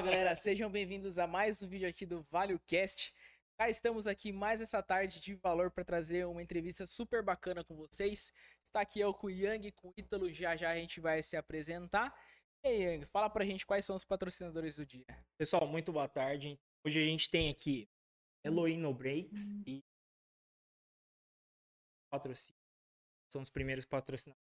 galera, sejam bem-vindos a mais um vídeo aqui do ValioCast. Cá estamos aqui mais essa tarde de valor para trazer uma entrevista super bacana com vocês. Está aqui eu com o Yang, com o Ítalo, já já a gente vai se apresentar. E aí, Yang, fala pra gente quais são os patrocinadores do dia. Pessoal, muito boa tarde. Hoje a gente tem aqui Eloy No Breaks e patrocínio. São os primeiros patrocinadores.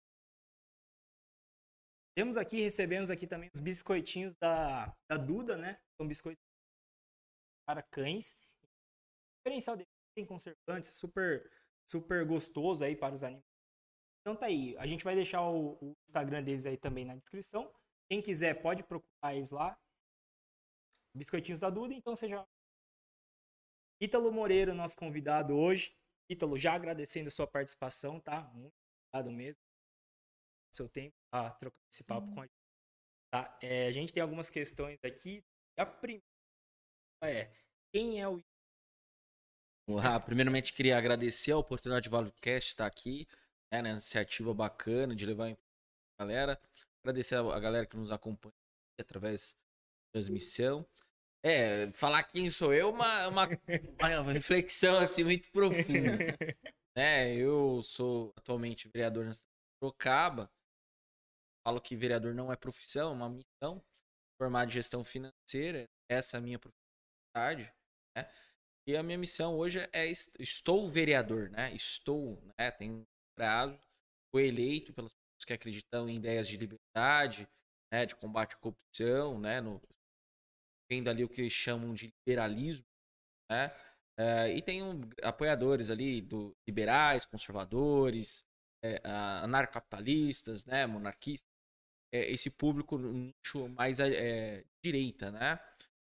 Recebemos aqui também os biscoitinhos da Duda, né? São biscoitos para cães. O diferencial deles tem conservantes, super gostoso aí para os animais. Então tá aí, a gente vai deixar o Instagram deles aí também na descrição. Quem quiser pode procurar eles lá. Biscoitinhos da Duda, então seja Ítalo Moreira, nosso convidado hoje. Ítalo, já agradecendo a sua participação, tá? Muito obrigado mesmo pelo seu tempo, tá? Trocando esse papo com a gente. Tá? A gente tem algumas questões aqui. A primeira é, quem é o Primeiramente, queria agradecer a oportunidade do ValueCast estar aqui, né, nessa iniciativa bacana de levar a galera. Agradecer a galera que nos acompanha através da transmissão. Falar quem sou eu é uma reflexão assim, muito profunda. Né? Eu sou atualmente vereador na cidade de Sorocaba. Falo que vereador não é profissão, é uma missão. Formado em gestão financeira, essa é a minha profissão, né? E a minha missão hoje estou vereador, né? Tem um prazo, fui eleito pelas pessoas que acreditam em ideias de liberdade, né? De combate à corrupção, né? Vendo ali o que eles chamam de liberalismo, né? E tem apoiadores ali do liberais, conservadores, anarcapitalistas, né? Monarquistas, esse público no nicho mais direita, né?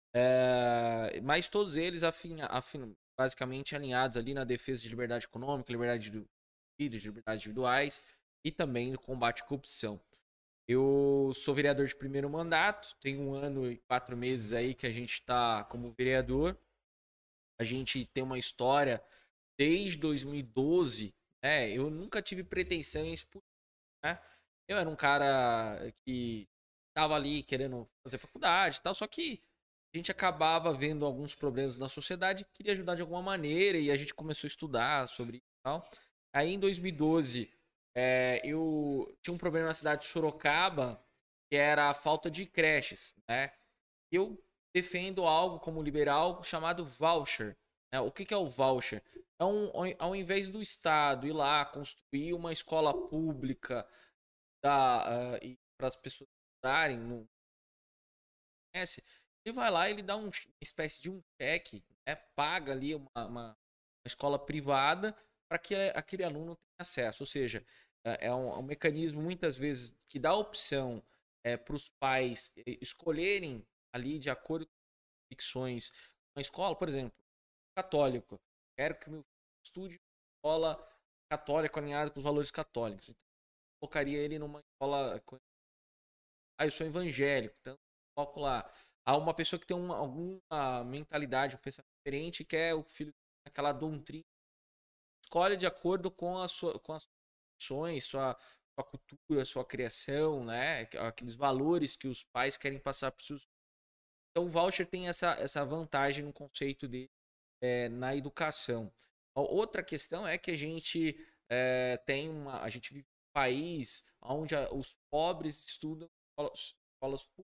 Mas todos eles basicamente alinhados ali na defesa de liberdade econômica, liberdade de vida, de liberdades individuais e também no combate à corrupção. Eu sou vereador de primeiro mandato, tem 1 ano e 4 meses aí que a gente está como vereador. A gente tem uma história desde 2012, né? Eu nunca tive pretensões, né? Eu era um cara que tava ali querendo fazer faculdade e tal, só que a gente acabava vendo alguns problemas na sociedade e queria ajudar de alguma maneira e a gente começou a estudar sobre isso e tal. Aí em 2012, eu tinha um problema na cidade de Sorocaba, que era a falta de creches, né? Eu defendo algo como liberal chamado voucher, né? O que é o voucher? Ao invés do Estado ir lá construir uma escola pública e para as pessoas estudarem no conhece, ele vai lá, ele dá uma espécie de um cheque, né, paga ali uma escola privada para que aquele aluno tenha acesso. Ou seja, é um mecanismo muitas vezes que dá opção para os pais escolherem ali de acordo com as convicções uma escola, por exemplo, católico. Quero que meu filho estude em uma escola católica alinhada com os valores católicos. Então, eu colocaria ele numa escola. Eu sou evangélico, então coloco lá. Há uma pessoa que tem alguma mentalidade, um pensamento diferente, e quer o filho aquela doutrina. Escolhe de acordo com as suas opções, sua cultura, sua criação, né? Aqueles valores que os pais querem passar para os seus. Então o voucher tem essa vantagem no conceito dele na educação. Outra questão é que a gente a gente vive um país onde os pobres estudam escolas públicas,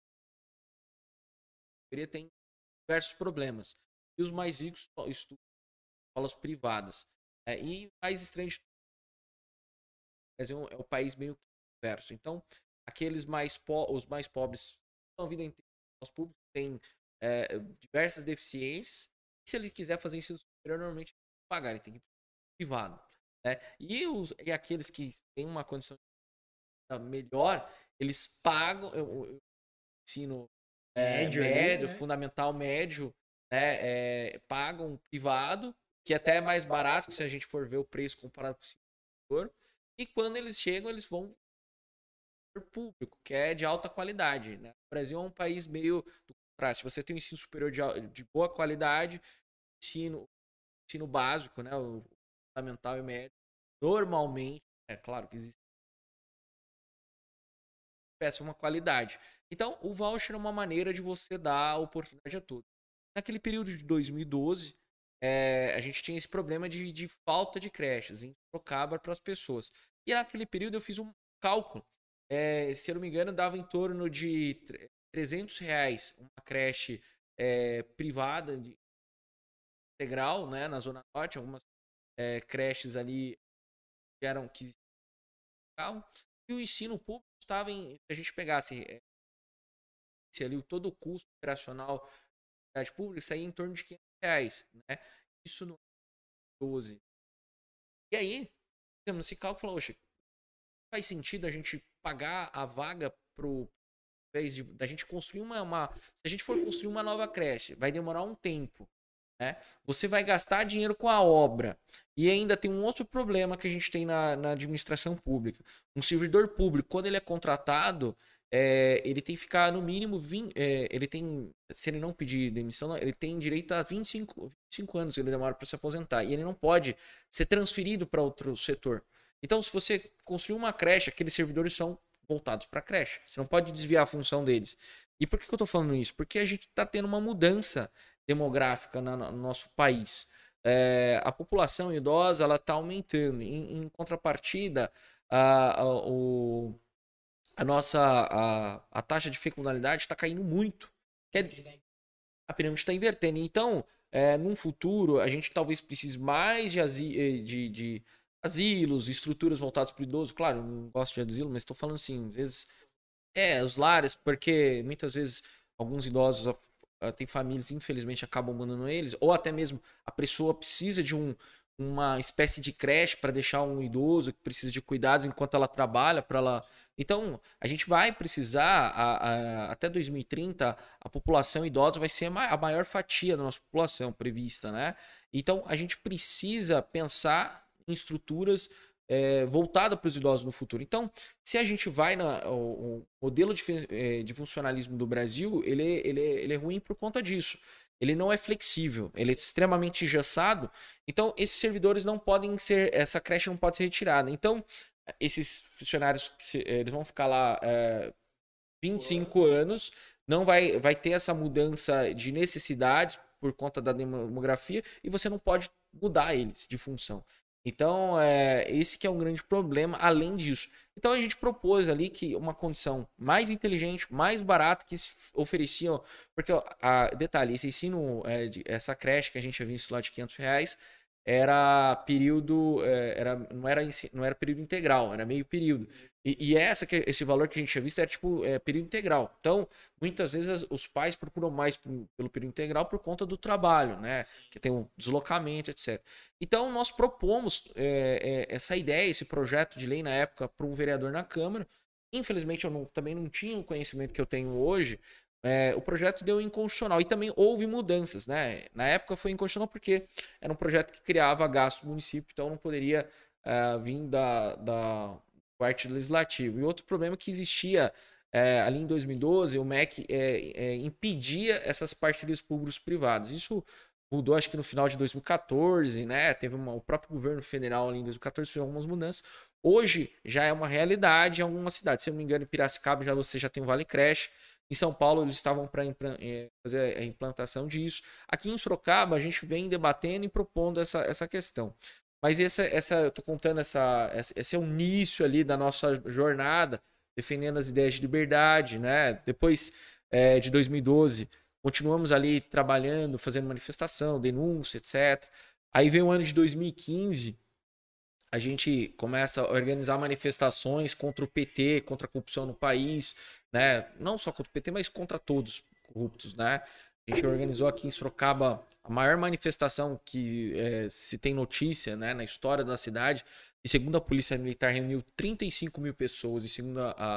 tem diversos problemas. E os mais ricos estudam em escolas privadas. E mais estranho, quer dizer, é um país meio que diverso. Então, os mais pobres estão vindo em escolas públicas, têm diversas deficiências. E se ele quiser fazer ensino superior, normalmente tem que pagar, ele tem que ir privado. Né? E aqueles que têm uma condição melhor, eles pagam o ensino médio ali, médio, né? fundamental médio, né, pagam privado, que até é mais barato se a gente for ver o preço comparado com o superior. E quando eles chegam, eles vão para o público, que é de alta qualidade. Né? O Brasil é um país meio do contraste. Você tem um ensino superior de boa qualidade, ensino básico, né, o fundamental e médio. Normalmente, é claro que existe péssima qualidade. Então, o voucher é uma maneira de você dar oportunidade a todos. Naquele período de 2012, a gente tinha esse problema de falta de creches em Sorocaba para as pessoas. E naquele período eu fiz um cálculo. Se eu não me engano, dava em torno de R$ 300 uma creche privada, integral, né, na Zona Norte. Algumas creches ali que e o ensino público estava se a gente pegasse ali todo o custo operacional da universidade pública, saía em torno de R$ 500, né? Isso no 12. E aí, temos esse cálculo, falou, oxe, faz sentido a gente pagar a vaga vez da gente construir se a gente for construir uma nova creche, vai demorar um tempo, né? Você vai gastar dinheiro com a obra. E ainda tem um outro problema que a gente tem na administração pública. Um servidor público, quando ele é contratado, ele tem que ficar no mínimo 20, se ele não pedir demissão, não, ele tem direito a 25 anos que ele demora para se aposentar. E ele não pode ser transferido para outro setor. Então, se você construir uma creche, aqueles servidores são voltados para a creche. Você não pode desviar a função deles. E por que eu estou falando isso? Porque a gente está tendo uma mudança demográfica no nosso país. A população idosa ela está aumentando. Em contrapartida, a taxa de fecundalidade está caindo muito. A pirâmide está invertendo. Então, num futuro, a gente talvez precise mais de asilos, estruturas voltadas para o idoso. Claro, eu não gosto de asilo, mas estou falando assim, às vezes, os lares, porque muitas vezes alguns idosos têm famílias, infelizmente, acabam abandonando eles, ou até mesmo a pessoa precisa de uma espécie de creche para deixar um idoso que precisa de cuidados enquanto ela trabalha para ela. Então, a gente vai precisar, até 2030, a população idosa vai ser a maior fatia da nossa população prevista, né? Então, a gente precisa pensar em estruturas voltadas para os idosos no futuro. Então, se a gente vai o modelo de funcionalismo do Brasil, ele é ruim por conta disso. Ele não é flexível, ele é extremamente engessado. Então, esses servidores não podem essa creche não pode ser retirada. Então, esses funcionários eles vão ficar lá 25 anos, não vai ter essa mudança de necessidade por conta da demografia e você não pode mudar eles de função. Então, esse que é um grande problema, além disso. Então, a gente propôs ali que uma condição mais inteligente, mais barata, que oferecia... Porque, detalhe, esse ensino, essa creche que a gente havia visto lá de R$ 500, era período... não era período integral, era meio período. E esse valor que a gente tinha visto era tipo período integral. Então, muitas vezes os pais procuram mais pelo período integral por conta do trabalho, né? Que tem um deslocamento, etc. Então, nós propomos essa ideia, esse projeto de lei na época para um vereador na Câmara. Infelizmente, eu também não tinha o conhecimento que eu tenho hoje. O projeto deu inconstitucional e também houve mudanças, né? Na época foi inconstitucional porque era um projeto que criava gasto do município, então não poderia vir da parte legislativa. E outro problema que existia ali em 2012, o MEC impedia essas parcerias públicos-privadas. Isso mudou, acho que no final de 2014, né? Teve o próprio governo federal ali em 2014 fez algumas mudanças. Hoje já é uma realidade em algumas cidades. Se eu não me engano, em Piracicaba você já tem o Vale Creche. Em São Paulo eles estavam para fazer a implantação disso. Aqui em Sorocaba a gente vem debatendo e propondo essa questão. Mas eu tô contando esse é o início ali da nossa jornada, defendendo as ideias de liberdade, né? Depois de 2012, continuamos ali trabalhando, fazendo manifestação, denúncia, etc. Aí vem o ano de 2015, a gente começa a organizar manifestações contra o PT, contra a corrupção no país, né? Não só contra o PT, mas contra todos os corruptos, né? A gente organizou aqui em Sorocaba a maior manifestação que se tem notícia, né, na história da cidade. E segundo a Polícia Militar, reuniu 35 mil pessoas. E segundo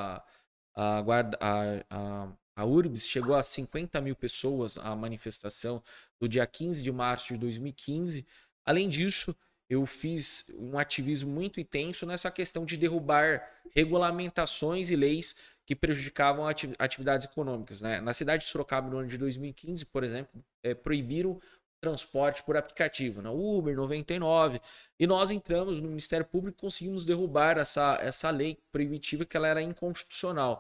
a URBS, chegou a 50 mil pessoas a manifestação do dia 15 de março de 2015. Além disso, eu fiz um ativismo muito intenso nessa questão de derrubar regulamentações e leis que prejudicavam atividades econômicas, né? Na cidade de Sorocaba, no ano de 2015, por exemplo, proibiram transporte por aplicativo, na Uber 99, e nós entramos no Ministério Público e conseguimos derrubar essa lei proibitiva, que ela era inconstitucional.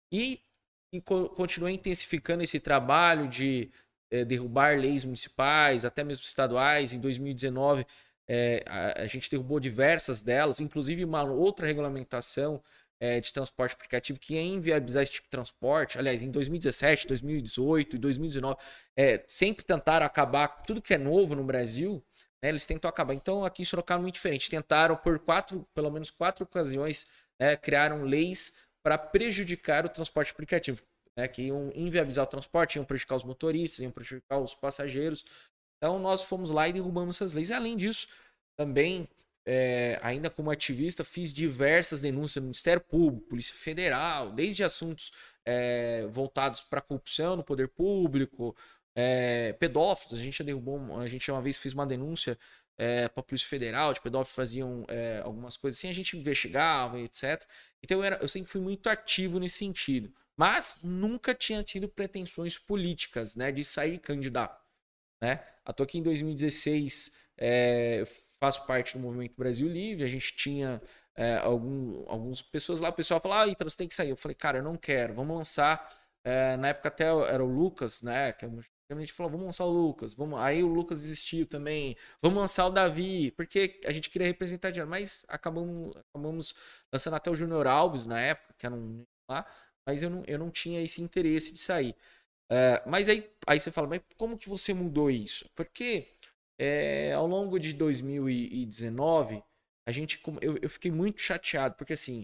E, continuei intensificando esse trabalho de derrubar leis municipais, até mesmo estaduais. Em 2019, a gente derrubou diversas delas, inclusive uma outra regulamentação de transporte aplicativo que ia inviabilizar esse tipo de transporte. Aliás, em 2017, 2018 e 2019, sempre tentaram acabar tudo que é novo no Brasil, né, eles tentam acabar. Então, aqui em Sorocaba é muito diferente. Tentaram, pelo menos quatro ocasiões, criaram leis para prejudicar o transporte aplicativo, né, que iam inviabilizar o transporte, iam prejudicar os motoristas, iam prejudicar os passageiros. Então, nós fomos lá e derrubamos essas leis. E, além disso, também, ainda como ativista, fiz diversas denúncias no Ministério Público, Polícia Federal, desde assuntos voltados para corrupção no poder público, pedófilos. A gente uma vez fez uma denúncia para a Polícia Federal, de pedófilos faziam algumas coisas assim, a gente investigava, etc. Então eu sempre fui muito ativo nesse sentido, mas nunca tinha tido pretensões políticas, né, de sair candidato, né? Até que em 2016 eu faço parte do Movimento Brasil Livre, a gente tinha algumas pessoas lá, o pessoal falava, Ítalo, você tem que sair. Eu falei, cara, eu não quero, vamos lançar. Na época até era o Lucas, né? Que a gente falou, vamos lançar o Lucas. Aí o Lucas desistiu também. Vamos lançar o Davi, porque a gente queria representar dinheiro, mas acabamos lançando até o Júnior Alves na época, que era um lá, mas eu não tinha esse interesse de sair. Mas aí você fala, mas como que você mudou isso? Porque ao longo de 2019, eu fiquei muito chateado, porque assim,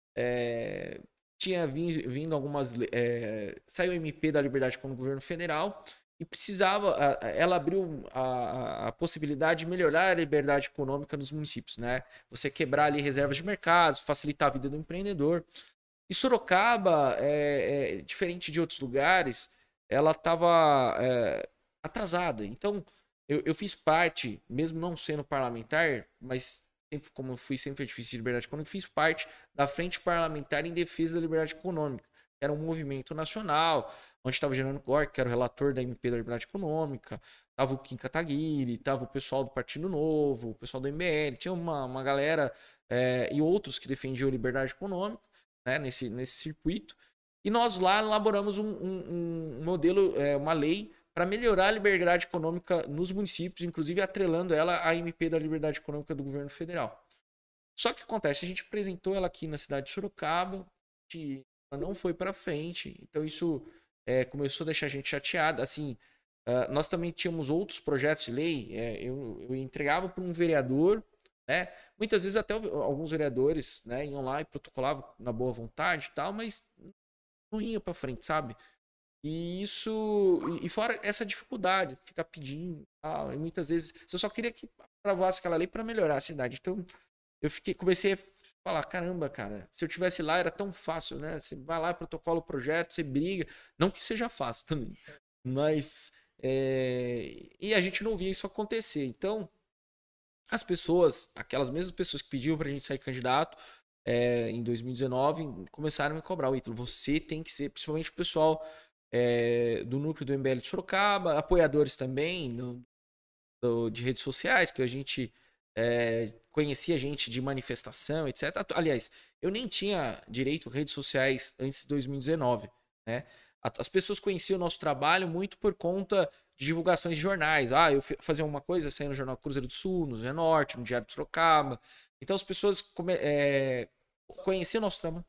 tinha vindo algumas. Saiu o MP da Liberdade com o governo federal e precisava. Ela abriu a possibilidade de melhorar a liberdade econômica dos municípios, né? Você quebrar ali reservas de mercado, facilitar a vida do empreendedor. E Sorocaba, diferente de outros lugares, ela estava atrasada. Então, eu fiz parte, mesmo não sendo parlamentar, mas sempre, como eu fui sempre difícil de liberdade econômica, fiz parte da Frente Parlamentar em Defesa da Liberdade Econômica. Era um movimento nacional, onde estava Gerando Gork, que era o relator da MP da Liberdade Econômica, estava o Kim Kataguiri, estava o pessoal do Partido Novo, o pessoal do MBL, tinha uma galera e outros que defendiam a liberdade econômica, né, nesse circuito. E nós lá elaboramos um modelo, uma lei para melhorar a liberdade econômica nos municípios, inclusive atrelando ela à MP da Liberdade Econômica do governo federal. Só que acontece, a gente apresentou ela aqui na cidade de Sorocaba, ela não foi para frente, então isso começou a deixar a gente chateado. Assim, nós também tínhamos outros projetos de lei, eu entregava para um vereador, né? Muitas vezes até alguns vereadores, né, iam lá e protocolavam na boa vontade e tal, mas não ia para frente, sabe? E fora essa dificuldade, ficar pedindo e tal, e muitas vezes eu só queria que aprovasse aquela lei para melhorar a cidade. Então comecei a falar, caramba, cara, se eu tivesse lá era tão fácil, né? Você vai lá, protocola o projeto, você briga, não que seja fácil também, mas e a gente não via isso acontecer. Então as pessoas, aquelas mesmas pessoas que pediam pra gente sair candidato em 2019, começaram a me cobrar, o Ítalo, você tem que ser, principalmente o pessoal do núcleo do MBL de Sorocaba, apoiadores também de redes sociais, que a gente conhecia gente de manifestação, etc. Aliás, eu nem tinha direito a redes sociais antes de 2019, né? As pessoas conheciam o nosso trabalho muito por conta de divulgações de jornais. Eu fazia uma coisa, saía no Jornal Cruzeiro do Sul, no Zé Norte, no Diário de Sorocaba. Então as pessoas conheciam o nosso trabalho.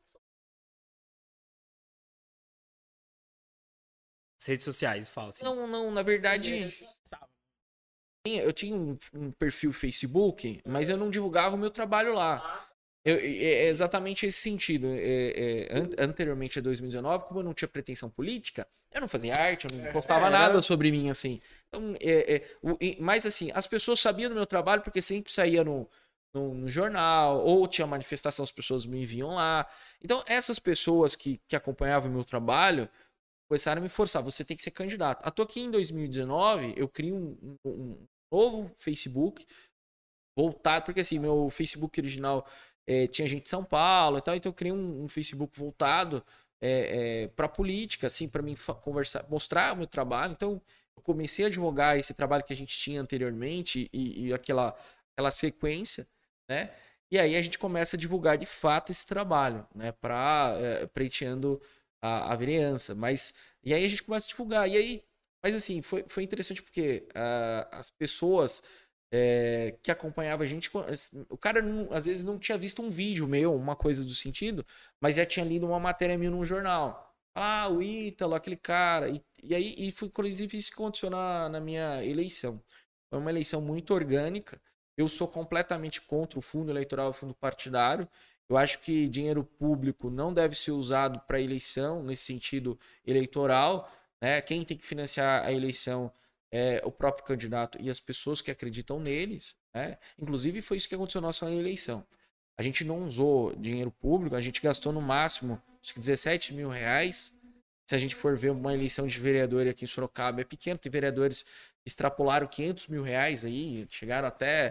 As redes sociais, fala assim. Não, na verdade, eu tinha um perfil Facebook, mas eu não divulgava o meu trabalho lá. É exatamente esse sentido. Anteriormente a 2019, como eu não tinha pretensão política, eu não fazia arte, eu não postava nada sobre mim, assim. Então, mas assim, as pessoas sabiam do meu trabalho porque sempre saía no jornal, ou tinha manifestação, as pessoas me enviam lá. Então, essas pessoas que acompanhavam o meu trabalho começaram a me forçar, você tem que ser candidato. Até que em 2019, eu criei um novo Facebook, voltado, porque assim, meu Facebook original tinha gente de São Paulo e tal, então eu criei um Facebook voltado para política, assim, para mim conversar, mostrar o meu trabalho. Então, eu comecei a divulgar esse trabalho que a gente tinha anteriormente e aquela sequência, né? E aí a gente começa a divulgar de fato esse trabalho, né? Pleiteando a vereança. E aí a gente começa a divulgar. E aí, mas assim, foi interessante porque as pessoas que acompanhavam a gente, o cara às vezes não tinha visto um vídeo meu, uma coisa do sentido, mas já tinha lido uma matéria minha num jornal. Ah, o Ítalo, aquele cara. E aí, foi inclusive isso que aconteceu na minha eleição. Foi uma eleição muito orgânica. Eu sou completamente contra o fundo eleitoral e o fundo partidário. Eu acho que dinheiro público não deve ser usado para eleição, nesse sentido eleitoral, né? Quem tem que financiar a eleição é o próprio candidato e as pessoas que acreditam neles, né? Inclusive foi isso que aconteceu na nossa eleição. A gente não usou dinheiro público, a gente gastou no máximo, acho que 17 mil reais. Se a gente for ver uma eleição de vereador aqui em Sorocaba, é pequeno, tem vereadores que extrapolaram 500 mil reais aí, chegaram até...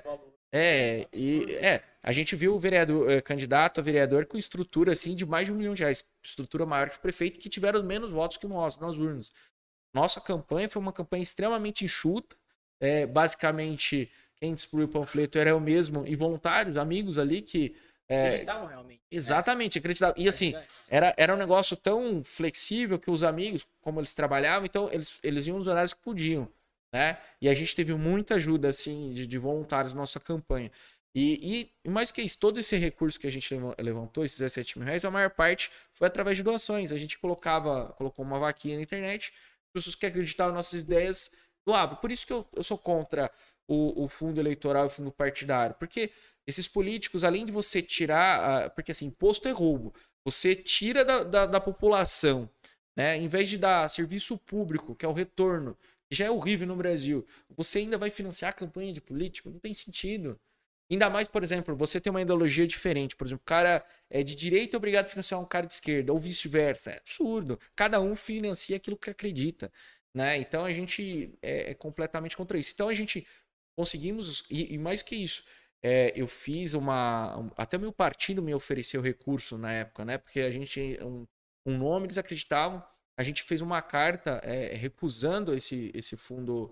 a gente viu o vereador, candidato a vereador com estrutura assim de mais de R$ 1 milhão, estrutura maior que o prefeito, que tiveram menos votos que nós nas urnas. Nossa campanha foi uma campanha extremamente enxuta. Basicamente, quem distribuiu o panfleto era eu mesmo e voluntários, amigos ali que. Acreditavam realmente. Exatamente, acreditavam. E assim, era um negócio tão flexível que os amigos, como eles trabalhavam, então eles iam nos horários que podiam, né? E a gente teve muita ajuda, assim, de voluntários na nossa campanha. E mais que isso, todo esse recurso que a gente levantou, esses 17 mil reais, a maior parte foi através de doações. A gente colocou uma vaquinha na internet, pessoas que acreditavam nas nossas ideias doavam. Por isso que eu sou contra o fundo eleitoral e o fundo partidário. Porque esses políticos, além de você tirar... porque assim, imposto é roubo. Você tira da população, né? Em vez de dar serviço público, que é o retorno, que já é horrível no Brasil, você ainda vai financiar a campanha de político? Não tem sentido. Ainda mais, por exemplo, você tem uma ideologia diferente. Por exemplo, o cara é de direita é obrigado a financiar um cara de esquerda, ou vice-versa. É absurdo. Cada um financia aquilo que acredita, né? Então a gente é completamente contra isso. Então a gente conseguimos, e mais que isso, eu fiz até o meu partido me ofereceu recurso na época, né? Porque a gente, um nome eles acreditavam, a gente fez uma carta recusando esse fundo,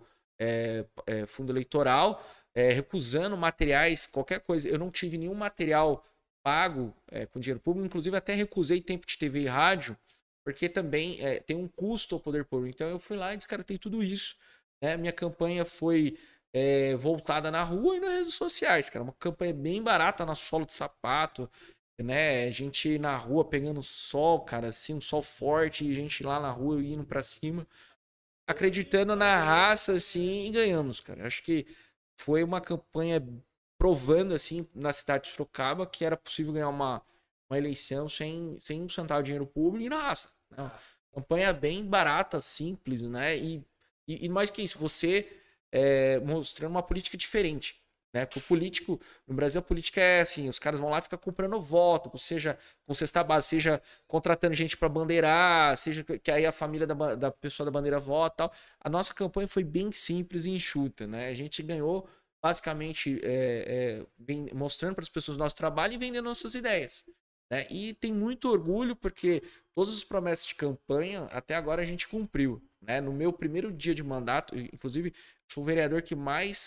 fundo eleitoral, recusando materiais, qualquer coisa. Eu não tive nenhum material pago com dinheiro público, inclusive até recusei tempo de TV e rádio, porque também tem um custo ao poder público. Então eu fui lá e descartei tudo isso, né? Minha campanha foi voltada na rua e nas redes sociais, cara. Uma campanha bem barata, na sola de sapato, né? A gente na rua pegando sol, cara, assim, um sol forte, e gente lá na rua indo pra cima, acreditando na raça, assim, e ganhamos, cara. Acho que foi uma campanha provando, assim, na cidade de Sorocaba, que era possível ganhar uma eleição sem um centavo de dinheiro público e na raça, né? Campanha bem barata, simples, né? E mais que isso, você mostrando uma política diferente, né? Porque o político, no Brasil, a política é assim, os caras vão lá e ficam comprando voto, seja com cesta básica, seja contratando gente para bandeirar, seja que aí a família da pessoa da bandeira vota e tal. A nossa campanha foi bem simples e enxuta, né? A gente ganhou basicamente mostrando para as pessoas o nosso trabalho e vendendo nossas ideias, né? E tem muito orgulho porque todas as promessas de campanha até agora a gente cumpriu, né? No meu primeiro dia de mandato, inclusive, sou o vereador que mais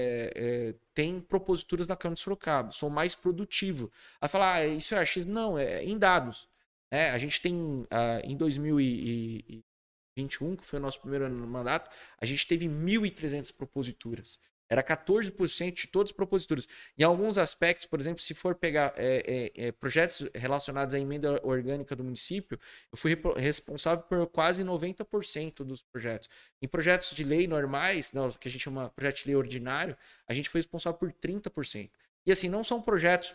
tem proposituras na Câmara de Sorocaba. Sou mais produtivo. Aí falar, isso é achismo? Não, é em dados. A gente tem, em 2021, que foi o nosso primeiro ano no mandato, a gente teve 1.300 proposituras. Era 14% de todas as proposituras. Em alguns aspectos, por exemplo, se for pegar projetos relacionados à emenda orgânica do município, eu fui responsável por quase 90% dos projetos. Em projetos de lei normais, não, que a gente chama projeto de lei ordinário, a gente foi responsável por 30%. E assim, não são projetos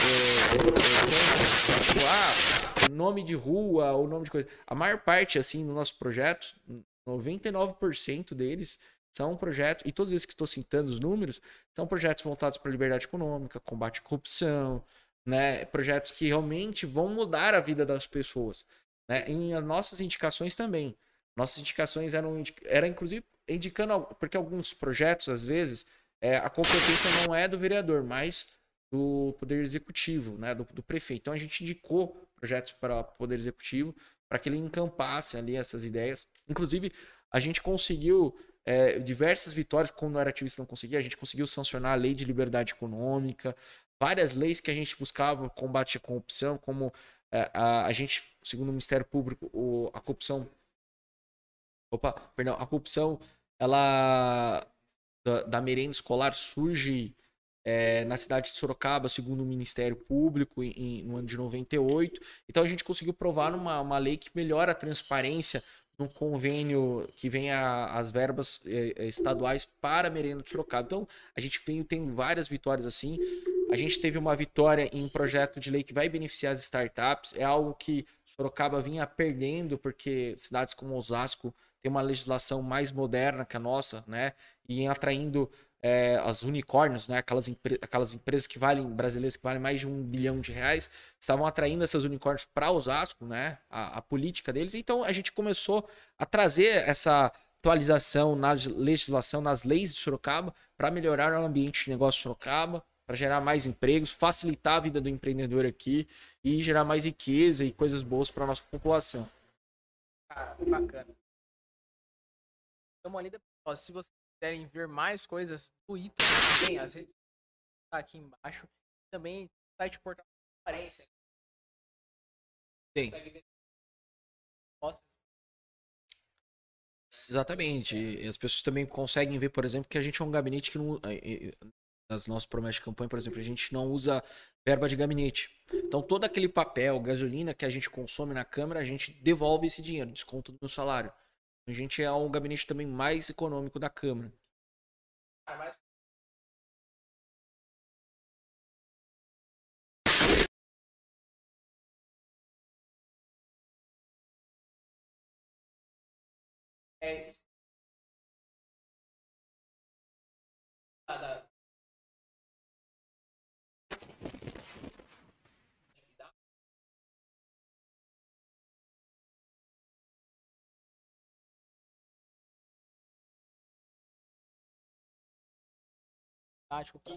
nome de rua ou nome de coisa. A maior parte, assim, dos nossos projetos, 99% deles são projetos, e todos esses que estou citando os números, são projetos voltados para a liberdade econômica, combate à corrupção, né? Projetos que realmente vão mudar a vida das pessoas, né? E as nossas indicações também. Nossas indicações eram inclusive indicando, porque alguns projetos, às vezes, a competência não é do vereador, mas do Poder Executivo, né? Do prefeito. Então a gente indicou projetos para o Poder Executivo para que ele encampasse ali essas ideias. Inclusive, a gente conseguiu diversas vitórias, quando o era ativista não conseguia, a gente conseguiu sancionar a lei de liberdade econômica, várias leis que a gente buscava combate à corrupção, como a gente segundo o Ministério Público, a corrupção. Opa, perdão, a corrupção, ela da merenda escolar surge na cidade de Sorocaba, segundo o Ministério Público, no ano de 98. Então a gente conseguiu provar uma lei que melhora a transparência no convênio que vem as verbas estaduais para a merenda de Sorocaba. Então a gente tem várias vitórias assim. A gente teve uma vitória em um projeto de lei que vai beneficiar as startups. É algo que Sorocaba vinha perdendo, porque cidades como Osasco têm uma legislação mais moderna que a nossa, né? E em atraindo as unicórnios, né? Aquelas empresas que brasileiras que valem mais de R$ 1 bilhão, estavam atraindo essas unicórnios para Osasco, né? A política deles. Então a gente começou a trazer essa atualização na legislação, nas leis de Sorocaba, para melhorar o ambiente de negócio de Sorocaba, para gerar mais empregos, facilitar a vida do empreendedor aqui e gerar mais riqueza e coisas boas para a nossa população. Cara, bacana. Então, ali depois, se vocês quiserem ver mais coisas do Ítalo, também, as redes tá aqui embaixo. Também o site Portal Transparência. Tem. Consegue ver. Exatamente. E as pessoas também conseguem ver, por exemplo, que a gente é um gabinete que não. Nas nossas promessas de campanha, por exemplo, a gente não usa verba de gabinete. Então, todo aquele papel, gasolina que a gente consome na Câmara, a gente devolve esse dinheiro, desconto do meu salário. A gente é um gabinete também mais econômico da Câmara. Tático pra...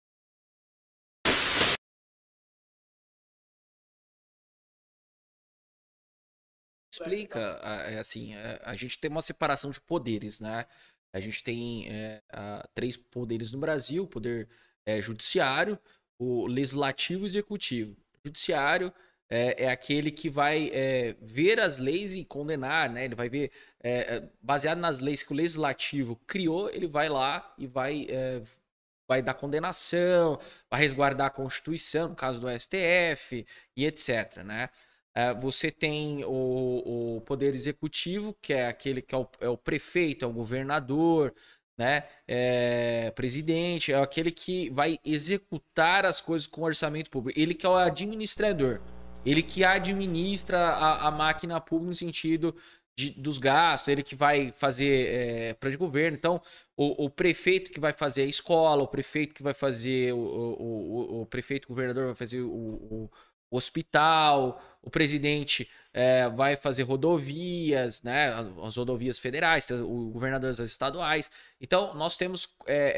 Explica, assim, a gente tem uma separação de poderes, né? A gente tem 3 poderes no Brasil: o poder judiciário, o legislativo e o executivo. O judiciário é aquele que vai ver as leis e condenar, né? Ele vai ver, baseado nas leis que o legislativo criou, ele vai lá e vai dar condenação, vai resguardar a Constituição, no caso do STF, e etc, né? Você tem o poder executivo, que é aquele que é o prefeito, é o governador, né? Presidente, é aquele que vai executar as coisas com orçamento público. Ele que é o administrador, ele que administra a máquina pública no sentido dos gastos, ele que vai fazer plano de governo. Então, o prefeito que vai fazer a escola, o prefeito que vai fazer o prefeito, o governador vai fazer o hospital, o presidente vai fazer rodovias, né, as rodovias federais, o governador das estaduais. Então, nós temos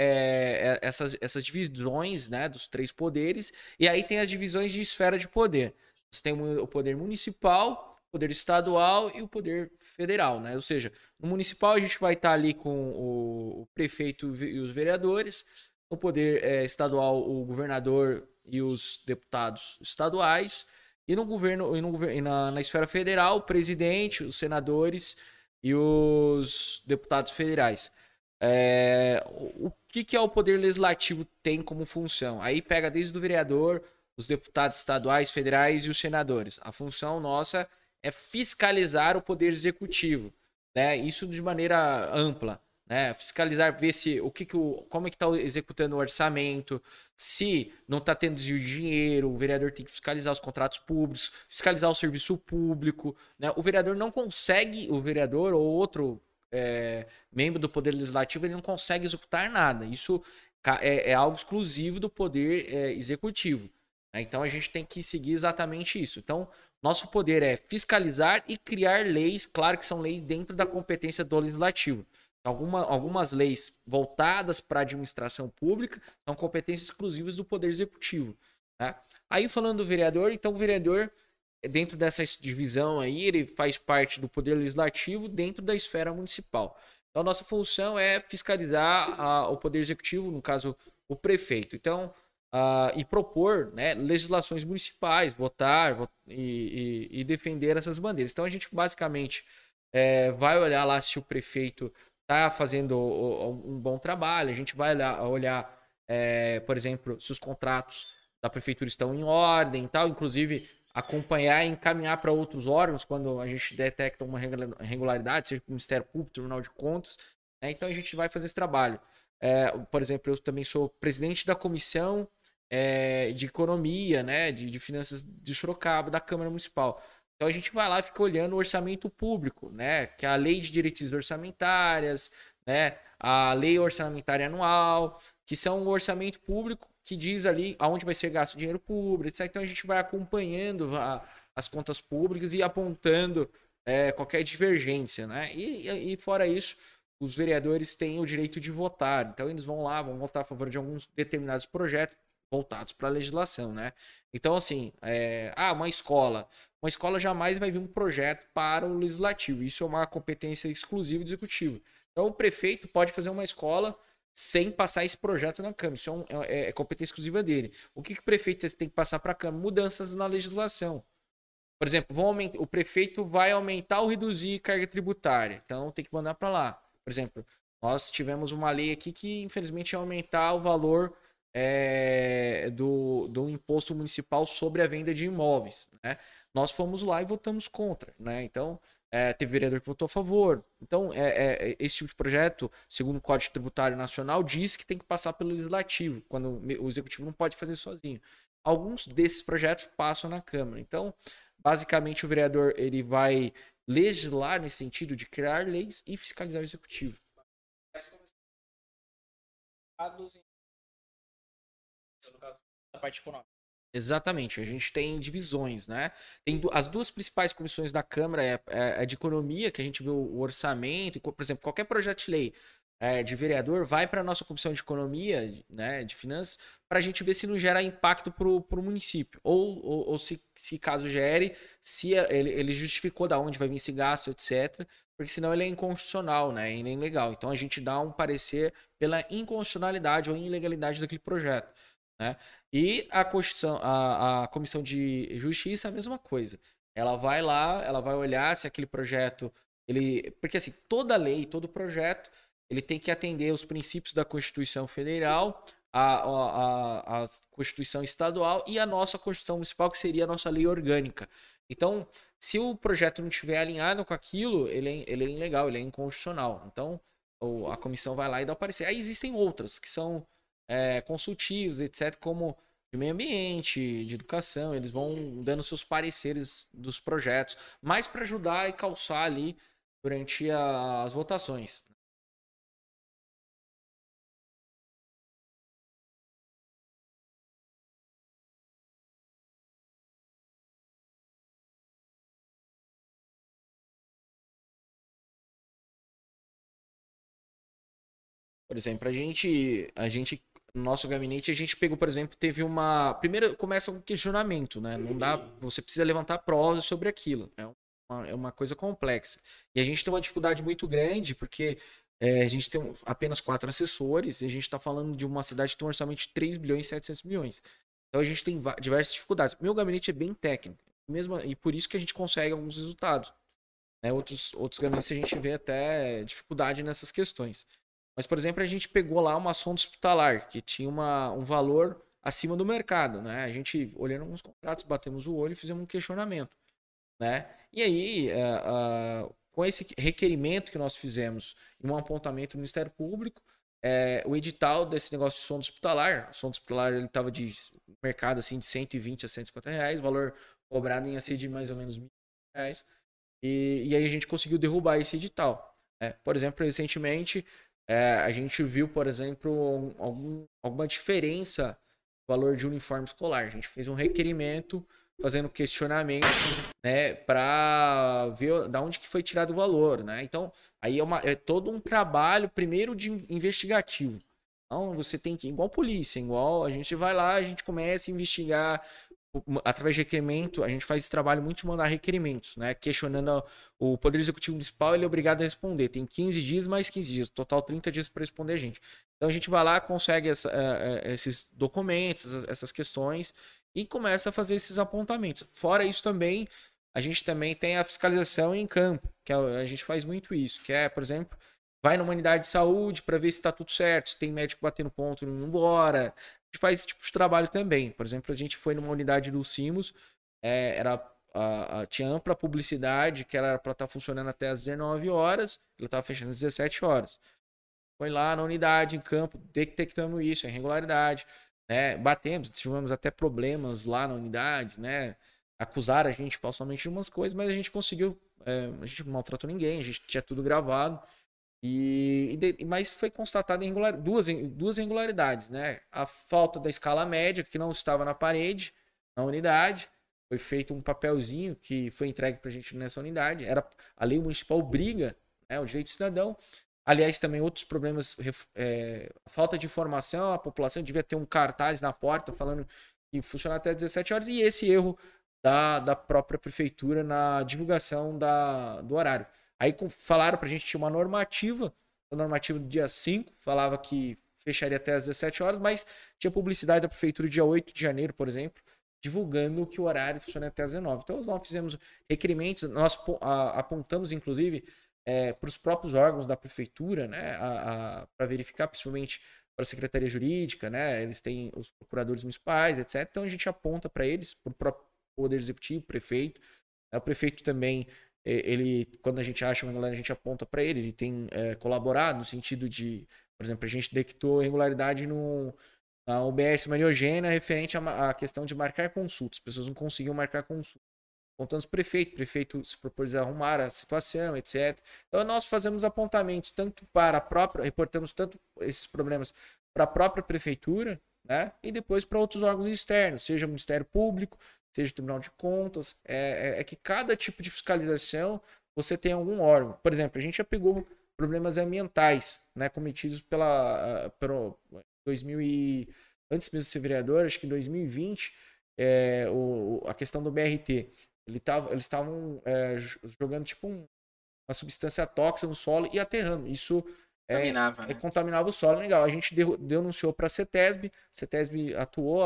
essas divisões, né, dos 3 poderes, e aí tem as divisões de esfera de poder. Você tem o poder municipal, o poder estadual e o poder federal, né? Ou seja, no municipal a gente vai estar ali com o prefeito e os vereadores, no poder estadual o governador e os deputados estaduais, e no governo e na esfera federal o presidente, os senadores e os deputados federais. O que é o poder legislativo tem como função? Aí pega desde o vereador, os deputados estaduais, federais e os senadores. A função nossa é fiscalizar o poder executivo, né? Isso de maneira ampla, né? Fiscalizar, ver se como é que está executando o orçamento, se não está tendo desvio de dinheiro. O vereador tem que fiscalizar os contratos públicos, fiscalizar o serviço público, né? O vereador não consegue, o vereador ou outro membro do poder legislativo, ele não consegue executar nada. Isso é algo exclusivo do poder executivo. Então a gente tem que seguir exatamente isso. Então, nosso poder é fiscalizar e criar leis, claro que são leis dentro da competência do legislativo. Algumas leis voltadas para a administração pública são competências exclusivas do poder executivo, né? Aí falando do vereador, então o vereador, dentro dessa divisão aí, ele faz parte do poder legislativo dentro da esfera municipal. Então a nossa função é fiscalizar o poder executivo, no caso o prefeito. Então e propor, né, legislações municipais, votar e defender essas bandeiras. Então a gente basicamente vai olhar lá se o prefeito está fazendo um bom trabalho, a gente vai olhar por exemplo, se os contratos da prefeitura estão em ordem e tal, inclusive acompanhar e encaminhar para outros órgãos quando a gente detecta uma irregularidade, seja o Ministério Público, Tribunal de Contas, né? Então a gente vai fazer esse trabalho. Por exemplo, eu também sou presidente da comissão de economia, né, de finanças de Sorocaba, da Câmara Municipal. Então a gente vai lá e fica olhando o orçamento público, né, que é a lei de diretrizes orçamentárias, né, a lei orçamentária anual, que são o orçamento público que diz ali aonde vai ser gasto o dinheiro público, etc. Então a gente vai acompanhando as contas públicas e apontando qualquer divergência, né? E fora isso, os vereadores têm o direito de votar. Então eles vão lá, vão votar a favor de alguns determinados projetos voltados para a legislação, né? Então, assim, uma escola. Uma escola jamais vai vir um projeto para o legislativo. Isso é uma competência exclusiva do executivo. Então, o prefeito pode fazer uma escola sem passar esse projeto na Câmara. Isso é competência exclusiva dele. O que o prefeito tem que passar para a Câmara? Mudanças na legislação. Por exemplo, o prefeito vai aumentar ou reduzir carga tributária. Então, tem que mandar para lá. Por exemplo, nós tivemos uma lei aqui que, infelizmente, ia aumentar o valor do imposto municipal sobre a venda de imóveis, né? Nós fomos lá e votamos contra, né? Então, teve vereador que votou a favor. Então, esse tipo de projeto, segundo o Código Tributário Nacional, diz que tem que passar pelo Legislativo, quando o Executivo não pode fazer sozinho. Alguns desses projetos passam na Câmara. Então, basicamente, o vereador ele vai legislar nesse sentido de criar leis e fiscalizar o Executivo. No caso da parte econômica. Exatamente, a gente tem divisões, né? Tem as duas principais comissões da Câmara é de economia, que a gente vê o orçamento, por exemplo, qualquer projeto de lei de vereador vai para a nossa comissão de economia, né, de finanças, para a gente ver se não gera impacto para o município. Ou se caso gere, se ele justificou da onde vai vir esse gasto, etc. Porque senão ele é inconstitucional, né? E nem legal. Então a gente dá um parecer pela inconstitucionalidade ou ilegalidade daquele projeto, né? E a Constituição, a Comissão de Justiça é a mesma coisa. Ela vai lá, ela vai olhar se aquele projeto, porque assim, toda lei, todo projeto, ele tem que atender os princípios da Constituição Federal, a Constituição Estadual e a nossa Constituição Municipal, que seria a nossa lei orgânica. Então, se o projeto não estiver alinhado com aquilo, ele é ilegal, ele é inconstitucional. Então, a comissão vai lá e dá o parecer. Aí existem outras que são consultivos, etc., como de meio ambiente, de educação, eles vão dando seus pareceres dos projetos, mais para ajudar e calçar ali durante as votações. Por exemplo, no nosso gabinete, a gente pegou, por exemplo, teve uma. Primeiro começa com um questionamento, né? Não dá. Você precisa levantar provas sobre aquilo. É uma coisa complexa. E a gente tem uma dificuldade muito grande, porque a gente tem apenas 4 assessores, e a gente está falando de uma cidade que tem um orçamento de 3 bilhões e 700 milhões. Então a gente tem diversas dificuldades. Meu gabinete é bem técnico, mesmo, e por isso que a gente consegue alguns resultados. Né? Outros gabinetes a gente vê até dificuldade nessas questões. Mas, por exemplo, a gente pegou lá uma sonda hospitalar, que tinha um valor acima do mercado, né? A gente, olhando alguns contratos, batemos o olho e fizemos um questionamento, né? E aí, com esse requerimento que nós fizemos e um apontamento do Ministério Público, o edital desse negócio de sonda hospitalar, ele estava de mercado assim, de 120 a 150 reais, valor cobrado ia ser de mais ou menos R$ 1.000. E aí a gente conseguiu derrubar esse edital. Por exemplo, recentemente a gente viu, por exemplo, alguma diferença no valor de uniforme escolar. A gente fez um requerimento fazendo questionamento, né, para ver da onde que foi tirado o valor, né? Então, aí é todo um trabalho, primeiro, de investigativo. Então, você tem que, igual polícia, igual a gente vai lá, a gente começa a investigar através de requerimento, a gente faz esse trabalho muito de mandar requerimentos, né? Questionando o Poder Executivo Municipal, ele é obrigado a responder. Tem 15 dias mais 15 dias, total 30 dias para responder a gente. Então a gente vai lá, consegue esses documentos, essas questões e começa a fazer esses apontamentos. Fora isso também, a gente também tem a fiscalização em campo, que a gente faz muito isso, que é, por exemplo, vai numa unidade de saúde para ver se está tudo certo, se tem médico batendo ponto e não indo embora. A gente faz esse tipo de trabalho também. Por exemplo, a gente foi numa unidade do Simos, tinha ampla publicidade, que era para estar funcionando até às 19 horas, ela estava fechando às 17 horas. Foi lá na unidade, em campo, detectamos isso, a irregularidade, né? Batemos, tivemos até problemas lá na unidade, né? Acusaram a gente falsamente de umas coisas, mas a gente conseguiu, a gente não maltratou ninguém, a gente tinha tudo gravado. Mas foi constatada duas irregularidades, né? A falta da escala média, que não estava na parede, na unidade. Foi feito um papelzinho que foi entregue para a gente nessa unidade. A lei municipal obriga, né, o direito do cidadão. Aliás, também outros problemas, falta de informação, a população devia ter um cartaz na porta falando que funciona até 17 horas, e esse erro da própria prefeitura na divulgação do horário. Aí falaram pra gente que tinha uma normativa, a normativa do dia 5, falava que fecharia até às 17 horas, mas tinha publicidade da prefeitura dia 8 de janeiro, por exemplo, divulgando que o horário funciona até às 19. Então nós fizemos requerimentos, nós apontamos inclusive para os próprios órgãos da prefeitura, né, para verificar, principalmente para a Secretaria Jurídica, né, eles têm os procuradores municipais, etc. Então a gente aponta para eles, para o próprio Poder Executivo, prefeito. O prefeito também, quando a gente acha uma irregularidade, a gente aponta para ele. Ele tem colaborado no sentido de, por exemplo, a gente detectou irregularidade na UBS Maria Eugênia referente à questão de marcar consultas. As pessoas não conseguiam marcar consultas. Apontamos o prefeito se propôs a arrumar a situação, etc. Então nós fazemos apontamentos tanto para a própria, reportamos tanto esses problemas para a própria prefeitura, né, e depois para outros órgãos externos, seja o Ministério Público, seja o Tribunal de Contas. Que cada tipo de fiscalização você tem algum órgão. Por exemplo, a gente já pegou problemas ambientais, né, cometidos pelo 2000 antes mesmo de ser vereador, acho que em 2020, a questão do BRT. Eles estavam jogando tipo uma substância tóxica no solo e aterrando. Isso contaminava o solo. Legal. A gente denunciou para a CETESB. A CETESB atuou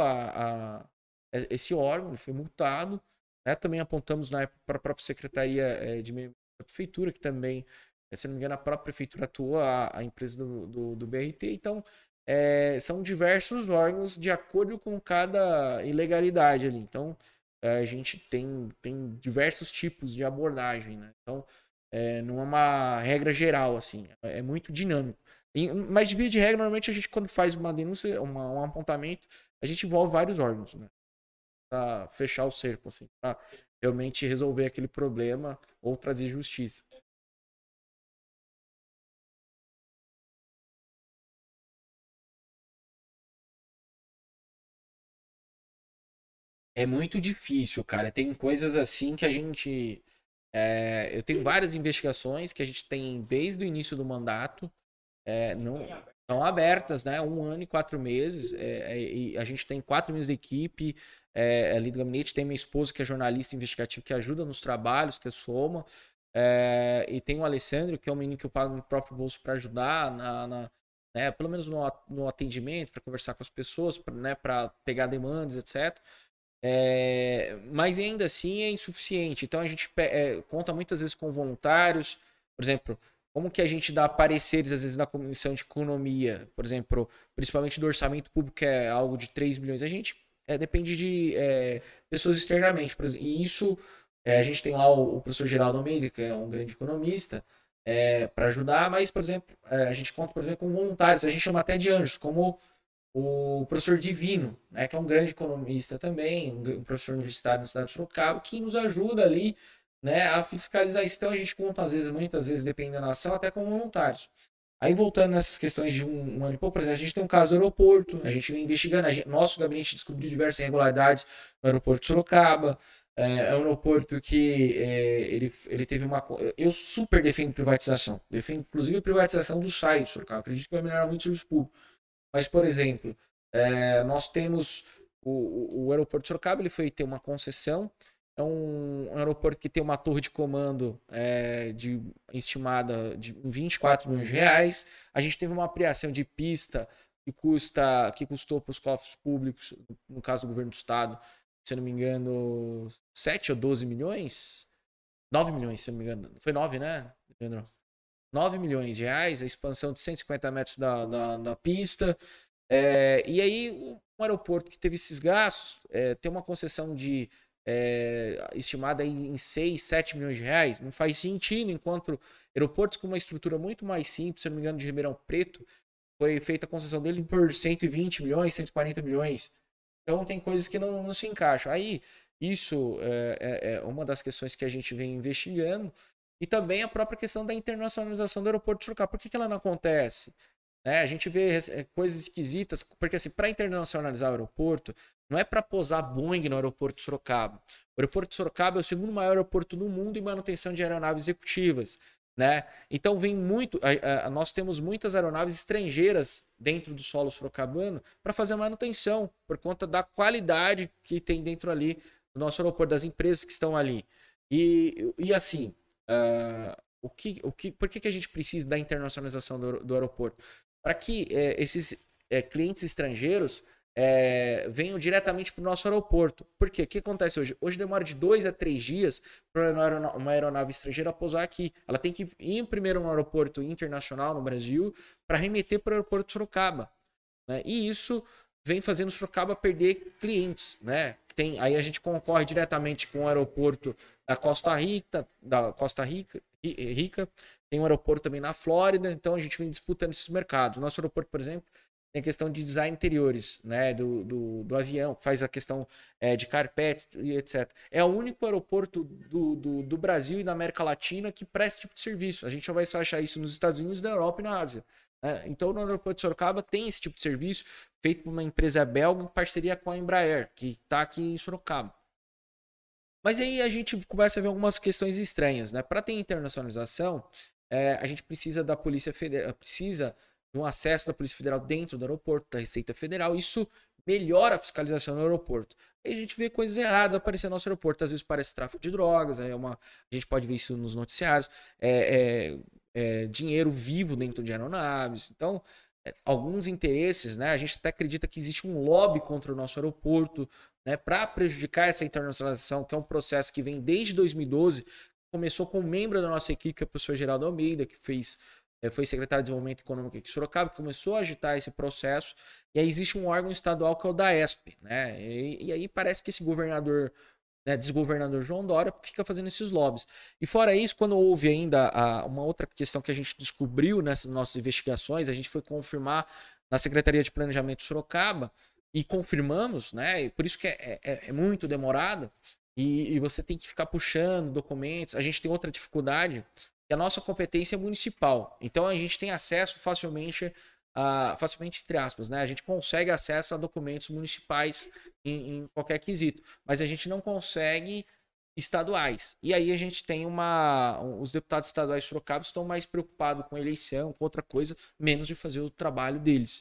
esse órgão, ele foi multado. Né? Também apontamos na época para a própria Secretaria de Meio Ambiente da Prefeitura, que também, se não me engano, a própria Prefeitura atuou, a empresa do BRT. Então, são diversos órgãos de acordo com cada ilegalidade ali. Então, a gente tem diversos tipos de abordagem, né? Então, não é uma regra geral, assim, é muito dinâmico. Mas de via de regra, normalmente a gente, quando faz uma denúncia, um apontamento, a gente envolve vários órgãos, né? Pra fechar o cerco, assim, pra realmente resolver aquele problema ou trazer justiça. É muito difícil, cara. Tem coisas assim que a gente. Eu tenho várias investigações que a gente tem desde o início do mandato. Não estão abertas, né? 1 ano e 4 meses. E a gente tem 4 meses de equipe ali do gabinete. Tem minha esposa, que é jornalista investigativo, que ajuda nos trabalhos, que é Soma. E tem o Alessandro, que é um menino que eu pago no próprio bolso para ajudar, pelo menos no atendimento, para conversar com as pessoas, para pegar demandas, etc. Mas ainda assim é insuficiente. Então a gente conta muitas vezes com voluntários. Por exemplo, como que a gente dá pareceres às vezes na Comissão de Economia, por exemplo, principalmente do orçamento público, que é algo de 3 milhões. A gente depende de pessoas externamente. E isso, a gente tem lá o professor Geraldo Almeida, que é um grande economista, para ajudar, mas, por exemplo, a gente conta, por exemplo, com voluntários. A gente chama até de anjos, como o professor Divino, né, que é um grande economista também, um professor universitário na cidade de Sorocaba, que nos ajuda ali, né, a fiscalizar isso. Então a gente conta, muitas vezes, dependendo da ação, até com voluntários. Aí voltando nessas questões de um ano e pouco, por exemplo, a gente tem um caso do aeroporto, a gente vem investigando, nosso gabinete descobriu diversas irregularidades no aeroporto de Sorocaba. É um aeroporto que ele teve uma... Eu super defendo privatização, defendo inclusive a privatização do SAI de Sorocaba, acredito que vai melhorar muito o serviço público. Mas, por exemplo, nós temos o aeroporto de Sorocaba ele foi ter uma concessão. É um aeroporto que tem uma torre de comando estimada de 24 milhões de reais. A gente teve uma ampliação de pista que custou para os cofres públicos, no caso do governo do estado, se eu não me engano, 7 ou 12 milhões? 9 milhões, se eu não me engano. Foi 9, né, Leandro? 9 milhões de reais, a expansão de 150 metros da pista. E aí, um aeroporto que teve esses gastos, tem uma concessão estimada em 6, 7 milhões de reais, não faz sentido, enquanto aeroportos com uma estrutura muito mais simples, se eu não me engano, de Ribeirão Preto, foi feita a concessão dele por 120 milhões, 140 milhões. Então tem coisas que não se encaixam. Aí, isso é uma das questões que a gente vem investigando. E também a própria questão da internacionalização do aeroporto de Sorocaba. Por que ela não acontece? A gente vê coisas esquisitas, porque assim, para internacionalizar o aeroporto, não é para posar Boeing no aeroporto de Sorocaba. O aeroporto de Sorocaba é o segundo maior aeroporto do mundo em manutenção de aeronaves executivas. Então vem muito. Nós temos muitas aeronaves estrangeiras dentro do solo sorocabano para fazer manutenção, por conta da qualidade que tem dentro ali do nosso aeroporto, das empresas que estão ali. E assim, por que a gente precisa da internacionalização do aeroporto? Para que esses clientes estrangeiros venham diretamente para o nosso aeroporto. Por quê? O que acontece hoje? Hoje demora de 2 a 3 dias para uma aeronave estrangeira pousar aqui. Ela tem que ir primeiro no aeroporto internacional no Brasil para remeter para o aeroporto de Sorocaba. E isso vem fazendo Sorocaba perder clientes. Aí a gente concorre diretamente com o aeroporto da Costa Rica, tem um aeroporto também na Flórida, então a gente vem disputando esses mercados. O nosso aeroporto, por exemplo, tem a questão de design interiores, do avião, faz a questão de carpetes e etc. É o único aeroporto do Brasil e da América Latina que presta esse tipo de serviço. A gente só vai só achar isso nos Estados Unidos, na Europa e na Ásia. Então, no aeroporto de Sorocaba tem esse tipo de serviço feito por uma empresa belga em parceria com a Embraer, que está aqui em Sorocaba. Mas aí a gente começa a ver algumas questões estranhas. Para ter internacionalização, a gente precisa da Polícia Federal, precisa de um acesso da Polícia Federal dentro do aeroporto, da Receita Federal. Isso melhora a fiscalização no aeroporto. Aí a gente vê coisas erradas aparecendo no nosso aeroporto. Às vezes parece tráfico de drogas, a gente pode ver isso nos noticiários. Dinheiro vivo dentro de aeronaves. Então, alguns interesses, a gente até acredita que existe um lobby contra o nosso aeroporto, para prejudicar essa internacionalização, que é um processo que vem desde 2012, começou com um membro da nossa equipe, que é o professor Geraldo Almeida, que foi secretário de Desenvolvimento Econômico aqui em Sorocaba, que começou a agitar esse processo, e aí existe um órgão estadual que é o DAESP, e aí parece que esse governador, desgovernador João Dória, fica fazendo esses lobbies. E fora isso, quando houve ainda uma outra questão que a gente descobriu nessas nossas investigações, a gente foi confirmar na Secretaria de Planejamento de Sorocaba, e confirmamos, e por isso que é muito demorado, e você tem que ficar puxando documentos. A gente tem outra dificuldade, que a nossa competência é municipal. Então a gente tem acesso facilmente entre aspas, a gente consegue acesso a documentos municipais em qualquer quesito, mas a gente não consegue estaduais. E aí a gente tem os deputados estaduais de Sorocaba estão mais preocupados com eleição, com outra coisa, menos de fazer o trabalho deles.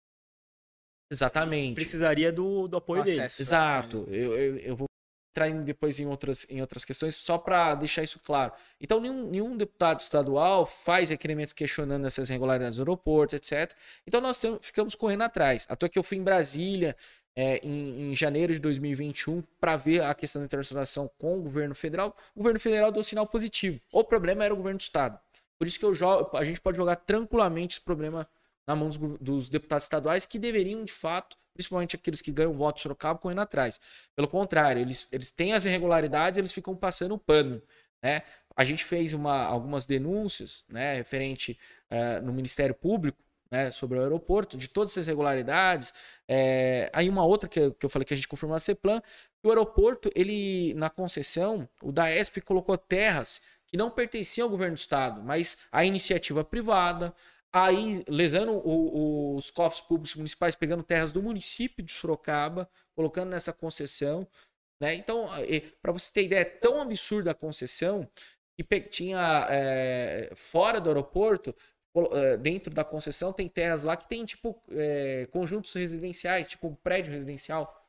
Exatamente. Precisaria do apoio deles. Exato. Eu vou entrar depois em outras questões, só para deixar isso claro. Então, nenhum deputado estadual faz requerimentos questionando essas irregularidades do aeroporto, etc. Então, nós ficamos correndo atrás. Até que eu fui em Brasília em janeiro de 2021 para ver a questão da internacionalização com o governo federal. O governo federal deu sinal positivo. O problema era o governo do estado. Por isso que a gente pode jogar tranquilamente esse problema na mão dos deputados estaduais, que deveriam, de fato, principalmente aqueles que ganham voto de Sorocaba, correndo atrás. Pelo contrário, eles têm as irregularidades, eles ficam passando o pano. A gente fez algumas denúncias referente no Ministério Público, sobre o aeroporto, de todas essas irregularidades. Aí uma outra que eu falei que a gente confirmou na CEPLAN, que o aeroporto, ele, na concessão, o DAESP colocou terras que não pertenciam ao governo do estado, mas à iniciativa privada, aí lesando os cofres públicos municipais, pegando terras do município de Sorocaba, colocando nessa concessão. Então, para você ter ideia, é tão absurda a concessão que tinha fora do aeroporto, dentro da concessão, tem terras lá que tem tipo conjuntos residenciais, tipo um prédio residencial.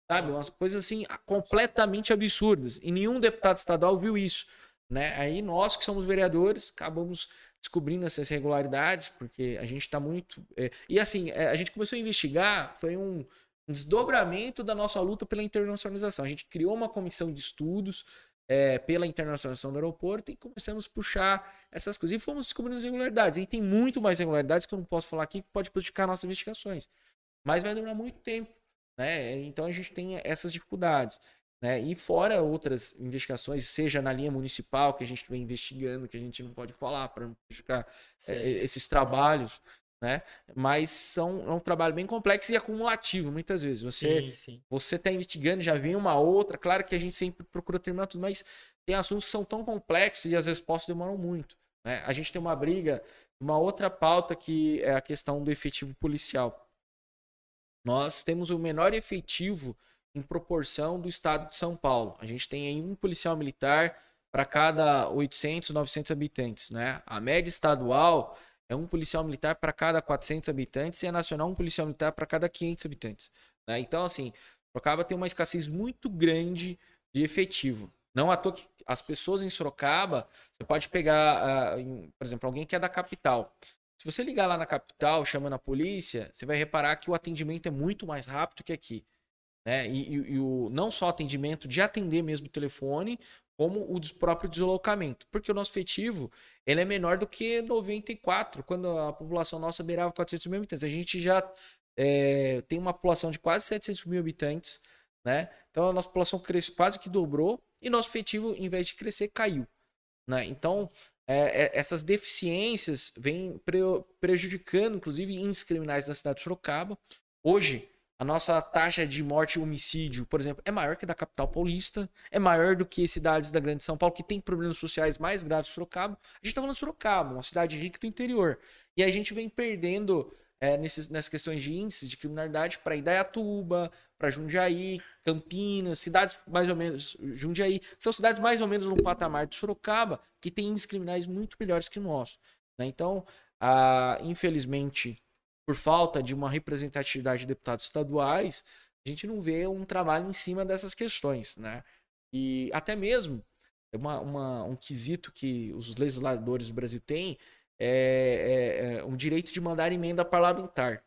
sabe? Umas coisas assim completamente absurdas. E nenhum deputado estadual viu isso, né? Aí nós que somos vereadores acabamos descobrindo essas irregularidades, porque a gente está muito... E assim, a gente começou a investigar, foi um desdobramento da nossa luta pela internacionalização. A gente criou uma comissão de estudos pela internacionalização do aeroporto e começamos a puxar essas coisas. E fomos descobrindo as irregularidades. E tem muito mais irregularidades que eu não posso falar aqui que pode prejudicar nossas investigações. Mas vai demorar muito tempo, né? Então a gente tem essas dificuldades, né? E fora outras investigações, seja na linha municipal que a gente vem investigando, que a gente não pode falar para não prejudicar esses trabalhos, né? Mas é um trabalho bem complexo e acumulativo, muitas vezes. Você está investigando, já vem uma outra. Claro que a gente sempre procura terminar tudo, mas tem assuntos que são tão complexos e as respostas demoram muito, né? A gente tem uma briga, uma outra pauta que é a questão do efetivo policial. Nós temos o menor efetivo em proporção do estado de São Paulo. A gente tem aí um policial militar para cada 800, 900 habitantes, né? A média estadual é um policial militar para cada 400 habitantes e a nacional um policial militar para cada 500 habitantes, né? Então, assim, Sorocaba tem uma escassez muito grande de efetivo. Não à toa que as pessoas em Sorocaba, você pode pegar, por exemplo, alguém que é da capital. Se você ligar lá na capital chamando a polícia, você vai reparar que o atendimento é muito mais rápido que aqui, né? E não só atendimento de atender mesmo o telefone, como o próprio deslocamento. Porque o nosso efetivo ele é menor do que 94, quando a população nossa beirava 400 mil habitantes. A gente já tem uma população de quase 700 mil habitantes, né? Então a nossa população cresceu, quase que dobrou, e nosso efetivo, em vez de crescer, caiu, né? Então, essas deficiências vêm prejudicando, inclusive, índices criminais na cidade de Sorocaba. Hoje, a nossa taxa de morte e homicídio, por exemplo, é maior que a da capital paulista, é maior do que cidades da Grande São Paulo, que tem problemas sociais mais graves que Sorocaba. A gente está falando de Sorocaba, uma cidade rica do interior. E a gente vem perdendo nessas questões de índices de criminalidade para Indaiatuba, para Jundiaí, Campinas, cidades mais ou menos, Jundiaí, são cidades mais ou menos no patamar de Sorocaba, que tem índices criminais muito melhores que o nosso, né? Então, infelizmente, por falta de uma representatividade de deputados estaduais, a gente não vê um trabalho em cima dessas questões, né? E até mesmo um quesito que os legisladores do Brasil têm um direito de mandar emenda parlamentar.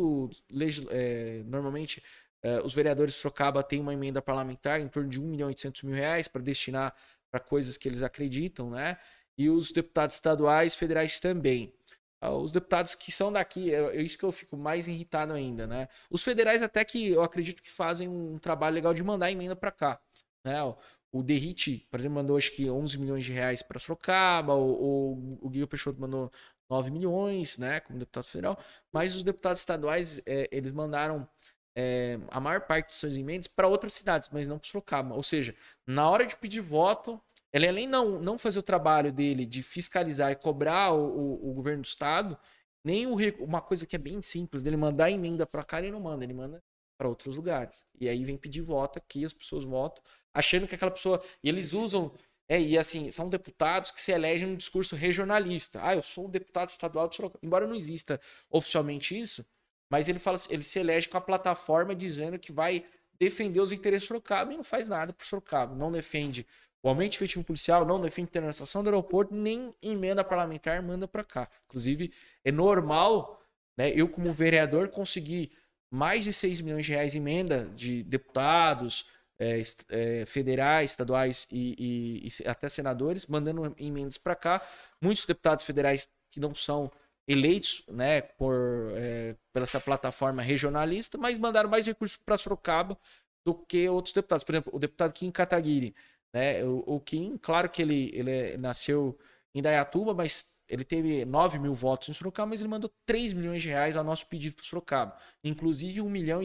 Normalmente, os vereadores de Sorocaba têm uma emenda parlamentar em torno de R$1.800.000 para destinar para coisas que eles acreditam, né? E os deputados estaduais, federais também. Os deputados que são daqui, é isso que eu fico mais irritado ainda, né? Os federais até que eu acredito que fazem um trabalho legal de mandar emenda para cá, né? O Derrite, por exemplo, mandou acho que R$11 milhões para Sorocaba, o Guilherme Peixoto mandou 9 milhões, né, como deputado federal, mas os deputados estaduais, eles mandaram a maior parte de suas emendas para outras cidades, mas não para Sorocaba. Ou seja, na hora de pedir voto, ele além não fazer o trabalho dele de fiscalizar e cobrar o governo do estado, nem uma coisa que é bem simples, dele mandar emenda para cá, ele não manda, ele manda para outros lugares. E aí vem pedir voto aqui, as pessoas votam, achando que aquela pessoa... E eles usam... e assim, são deputados que se elegem num discurso regionalista. Eu sou o deputado estadual de Sorocaba. Embora não exista oficialmente isso, mas ele se elege com a plataforma dizendo que vai defender os interesses de Sorocaba e não faz nada por Sorocaba. Não defende o aumento de efetivo policial, não defende a internacionalização do aeroporto, nem emenda parlamentar manda para cá. Inclusive, é normal, né, eu como vereador conseguir mais de R$6 milhões em emenda de deputados federais, estaduais e até senadores, mandando emendas para cá. Muitos deputados federais que não são eleitos, né, pela essa plataforma regionalista, mas mandaram mais recursos para Sorocaba do que outros deputados. Por exemplo, o deputado Kim Kataguiri, né, o Kim, claro que ele nasceu em Indaiatuba, mas ele teve 9 mil votos em Sorocaba, mas ele mandou R$3 milhões a nosso pedido para Sorocaba. Inclusive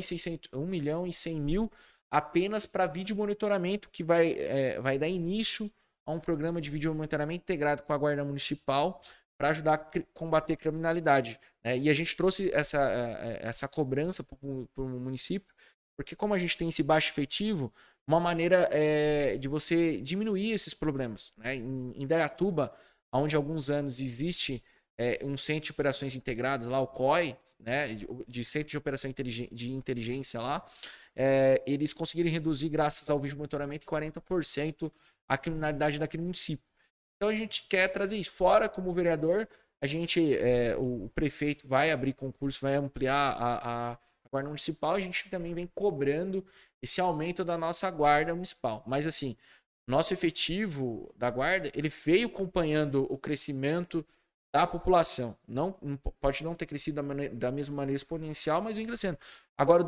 1.100.000 apenas para vídeo monitoramento, que vai dar início a um programa de vídeo monitoramento integrado com a Guarda Municipal para ajudar a combater a criminalidade, né? E a gente trouxe essa cobrança para o município, porque como a gente tem esse baixo efetivo, uma maneira de você diminuir esses problemas, né? Em Indaiatuba, onde há alguns anos existe um centro de operações integradas lá, o COI, né, de centro de operação de inteligência lá, eles conseguiram reduzir, graças ao vídeo monitoramento, em 40% a criminalidade daquele município. Então a gente quer trazer isso. Fora, como vereador, a gente, o prefeito vai abrir concurso, vai ampliar a guarda municipal, a gente também vem cobrando esse aumento da nossa guarda municipal. Mas assim, nosso efetivo da guarda, ele veio acompanhando o crescimento da população. Não pode não ter crescido da mesma maneira exponencial, mas vem crescendo. Agora,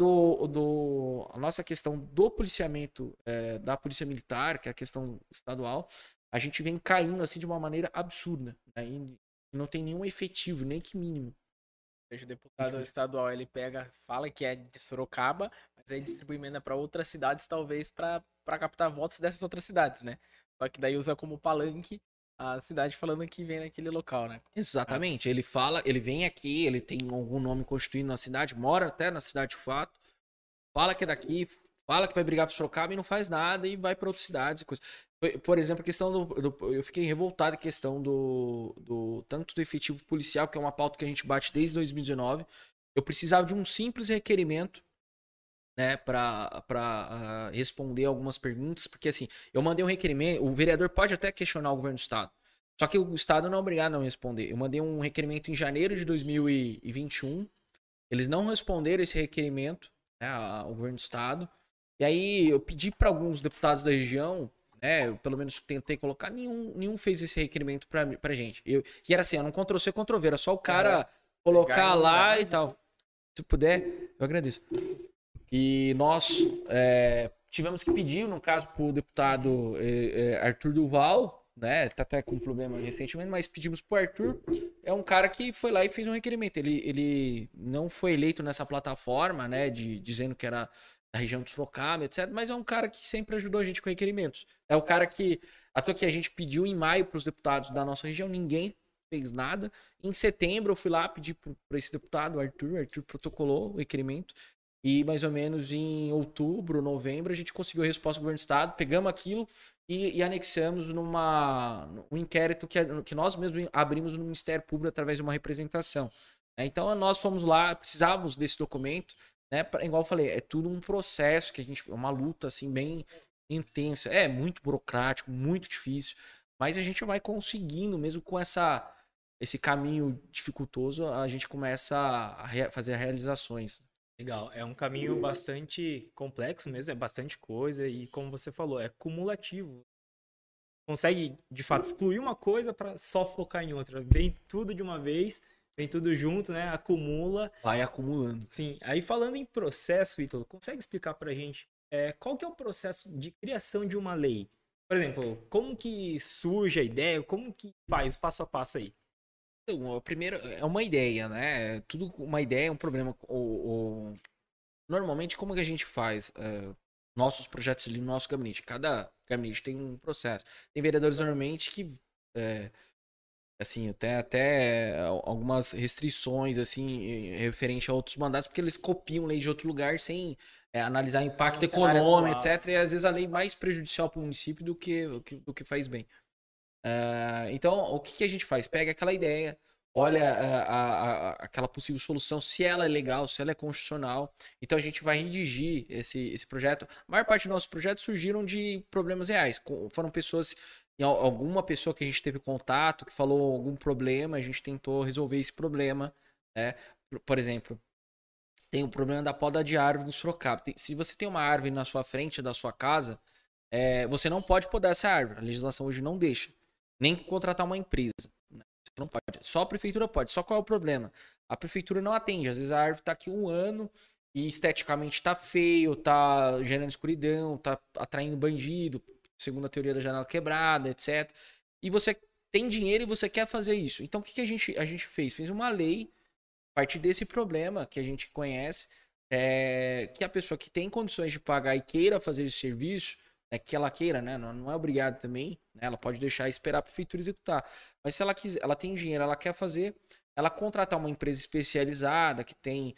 a nossa questão do policiamento, da polícia militar, que é a questão estadual, a gente vem caindo assim de uma maneira absurda, né? E não tem nenhum efetivo, nem que mínimo. Ou seja, o deputado estadual, ele fala que é de Sorocaba, mas aí distribui emenda para outras cidades, talvez para captar votos dessas outras cidades, né? Só que daí usa como palanque a cidade falando que vem naquele local, né? Exatamente. Ele fala, ele vem aqui, ele tem algum nome constituído na cidade, mora até na cidade de fato, fala que é daqui, fala que vai brigar pro Sorocaba e não faz nada e vai para outras cidades e coisas. Por exemplo, a questão eu fiquei revoltado com a questão tanto do efetivo policial, que é uma pauta que a gente bate desde 2019. Eu precisava de um simples requerimento, né, para responder algumas perguntas, porque assim, eu mandei um requerimento, o vereador pode até questionar o governo do estado, só que o estado não é obrigado a não responder. Eu mandei um requerimento em janeiro de 2021, eles não responderam esse requerimento, né, ao governo do estado, e aí eu pedi para alguns deputados da região, né, eu pelo menos tentei colocar, nenhum fez esse requerimento pra gente. E era assim, eu não Ctrl-C, Ctrl-V, era só o cara colocar lá e tal. Se puder, eu agradeço. E nós tivemos que pedir, no caso, para o deputado Arthur Duval, né? Tá até com problema recentemente, mas pedimos para o Arthur. É um cara que foi lá e fez um requerimento. Ele não foi eleito nessa plataforma, né? Dizendo que era da região de Sorocaba, etc. Mas é um cara que sempre ajudou a gente com requerimentos. É o cara que. Até que a gente pediu em maio para os deputados da nossa região, ninguém fez nada. Em setembro eu fui lá pedir para esse deputado, o Arthur protocolou o requerimento. E mais ou menos em outubro, novembro, a gente conseguiu a resposta do governo do estado, pegamos aquilo e anexamos um inquérito que nós mesmos abrimos no Ministério Público através de uma representação. Então nós fomos lá, precisávamos desse documento, né? Igual eu falei, é tudo um processo que é uma luta assim bem intensa, é muito burocrático, muito difícil, mas a gente vai conseguindo, mesmo com esse caminho dificultoso, a gente começa a fazer realizações. Legal, é um caminho bastante complexo mesmo, é bastante coisa e como você falou, é cumulativo. Consegue, de fato, excluir uma coisa para só focar em outra. Vem tudo de uma vez, vem tudo junto, né? Acumula. Vai acumulando. Sim, aí falando em processo, Ítalo, consegue explicar pra gente qual que é o processo de criação de uma lei? Por exemplo, como que surge a ideia, como que faz passo a passo aí? Então, primeiro, é uma ideia, né? Tudo uma ideia é um problema. Normalmente, como que a gente faz nossos projetos ali no nosso gabinete? Cada gabinete tem um processo. Tem vereadores normalmente que, assim, até algumas restrições, assim, referente a outros mandatos, porque eles copiam lei de outro lugar sem analisar impacto econômico, etc. E às vezes a lei mais prejudicial para o município do que faz bem. Então, o que a gente faz? Pega aquela ideia, olha aquela possível solução, se ela é legal, se ela é constitucional. Então, a gente vai redigir esse projeto. A maior parte dos nossos projetos surgiram de problemas reais. Foram pessoas, alguma pessoa que a gente teve contato, que falou algum problema, a gente tentou resolver esse problema, né? Por exemplo, tem o problema da poda de árvore no Sorocaba. Se você tem uma árvore na sua frente da sua casa, você não pode podar essa árvore. A legislação hoje não deixa. Nem contratar uma empresa. Né? Você não pode. Só a prefeitura pode. Só qual é o problema? A prefeitura não atende. Às vezes a árvore está aqui 1 ano e esteticamente está feio, está gerando escuridão, está atraindo bandido, segundo a teoria da janela quebrada, etc. E você tem dinheiro e você quer fazer isso. Então o que a gente fez? Fez uma lei a partir desse problema que a gente conhece, que a pessoa que tem condições de pagar e queira fazer esse serviço, que ela queira, né? Não é obrigado também, né? Ela pode deixar esperar a prefeitura executar. Mas se ela quiser, ela tem dinheiro, ela quer fazer, ela contratar uma empresa especializada que tem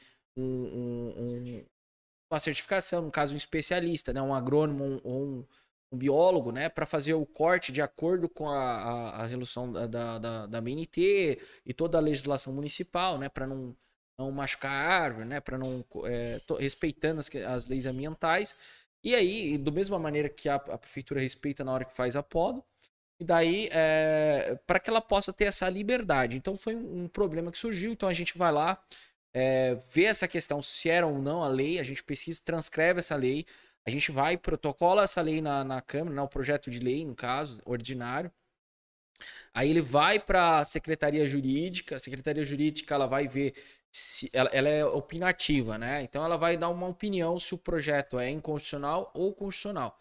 uma certificação, no caso um especialista, né? Um agrônomo ou um biólogo, né? Para fazer o corte de acordo com a resolução da BNT e toda a legislação municipal, né? Para não não machucar a árvore, né? Para não respeitando as leis ambientais. E aí, da mesma maneira que a prefeitura respeita na hora que faz a poda, e daí, para que ela possa ter essa liberdade. Então, foi um problema que surgiu. Então, a gente vai lá, vê essa questão, se era ou não a lei, a gente pesquisa, transcreve essa lei, a gente vai, protocola essa lei na Câmara, o projeto de lei, no caso, ordinário. Aí ele vai para a Secretaria Jurídica, a Secretaria Jurídica ela vai ver se ela é opinativa, né? Então ela vai dar uma opinião se o projeto é inconstitucional ou constitucional.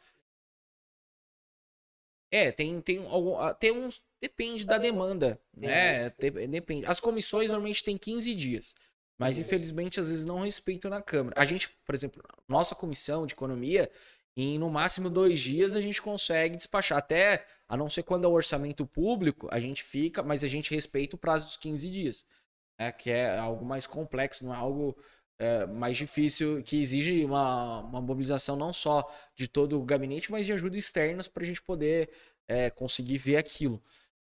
Tem uns. Depende da demanda, né? Depende. As comissões normalmente têm 15 dias. Mas, infelizmente, às vezes não respeitam na Câmara. A gente, por exemplo, nossa comissão de economia, em no máximo 2 dias a gente consegue despachar. Até, a não ser quando é o orçamento público, a gente fica, mas a gente respeita o prazo dos 15 dias. Né? Que é algo mais complexo, não é algo mais difícil, que exige uma mobilização não só de todo o gabinete, mas de ajuda externas para a gente poder conseguir ver aquilo.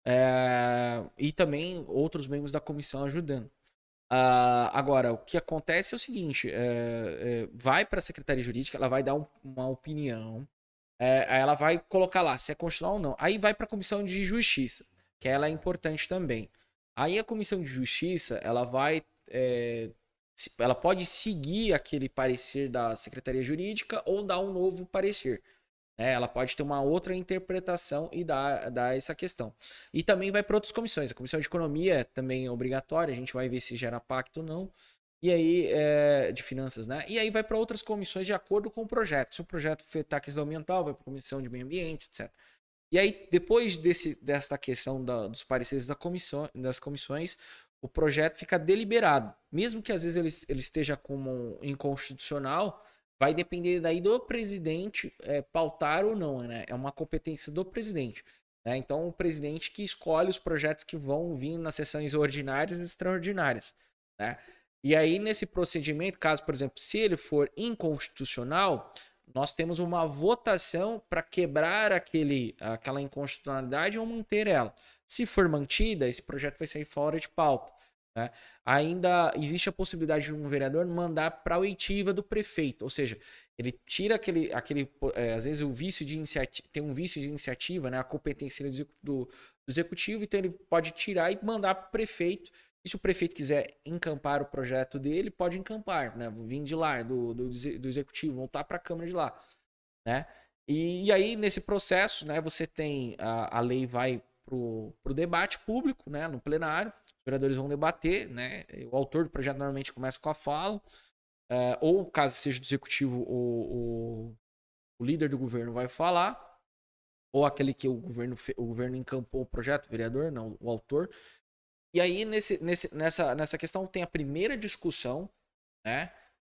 E também outros membros da comissão ajudando. Agora, o que acontece é o seguinte: vai para a Secretaria Jurídica, ela vai dar uma opinião, aí ela vai colocar lá se é constitucional ou não. Aí vai para a Comissão de Justiça, que ela é importante também. Aí a Comissão de Justiça, ela vai. Ela pode seguir aquele parecer da Secretaria Jurídica ou dar um novo parecer. Ela pode ter uma outra interpretação e dar essa questão. E também vai para outras comissões. A Comissão de Economia também é obrigatória, a gente vai ver se gera pacto ou não. E aí, de finanças, né? E aí vai para outras comissões de acordo com o projeto. Se o projeto afetar a questão ambiental, vai para a Comissão de Meio Ambiente, etc. E aí, depois dessa questão dos pareceres das comissões, o projeto fica deliberado. Mesmo que às vezes ele esteja como inconstitucional, vai depender daí do presidente pautar ou não, né? É uma competência do presidente. Né? Então, o presidente que escolhe os projetos que vão vir nas sessões ordinárias e extraordinárias. Né? E aí, nesse procedimento, caso, por exemplo, se ele for inconstitucional, nós temos uma votação para quebrar aquela inconstitucionalidade ou manter ela. Se for mantida, esse projeto vai sair fora de pauta. Né? Ainda existe a possibilidade de um vereador mandar para a oitiva do prefeito, ou seja, ele tira às vezes o vício de iniciativa, tem um vício de iniciativa, né, a competência do executivo, então ele pode tirar e mandar para o prefeito. E se o prefeito quiser encampar o projeto dele, pode encampar, né, vir de lá do executivo, voltar para a Câmara de lá, né? E aí nesse processo, né, você tem a lei vai pro debate público, né, no plenário. Os vereadores vão debater, né? O autor do projeto normalmente começa com a fala, ou caso seja do executivo, o líder do governo vai falar, ou aquele que o governo encampou o projeto, o vereador, não, o autor. E aí, nessa questão, tem a primeira discussão, né?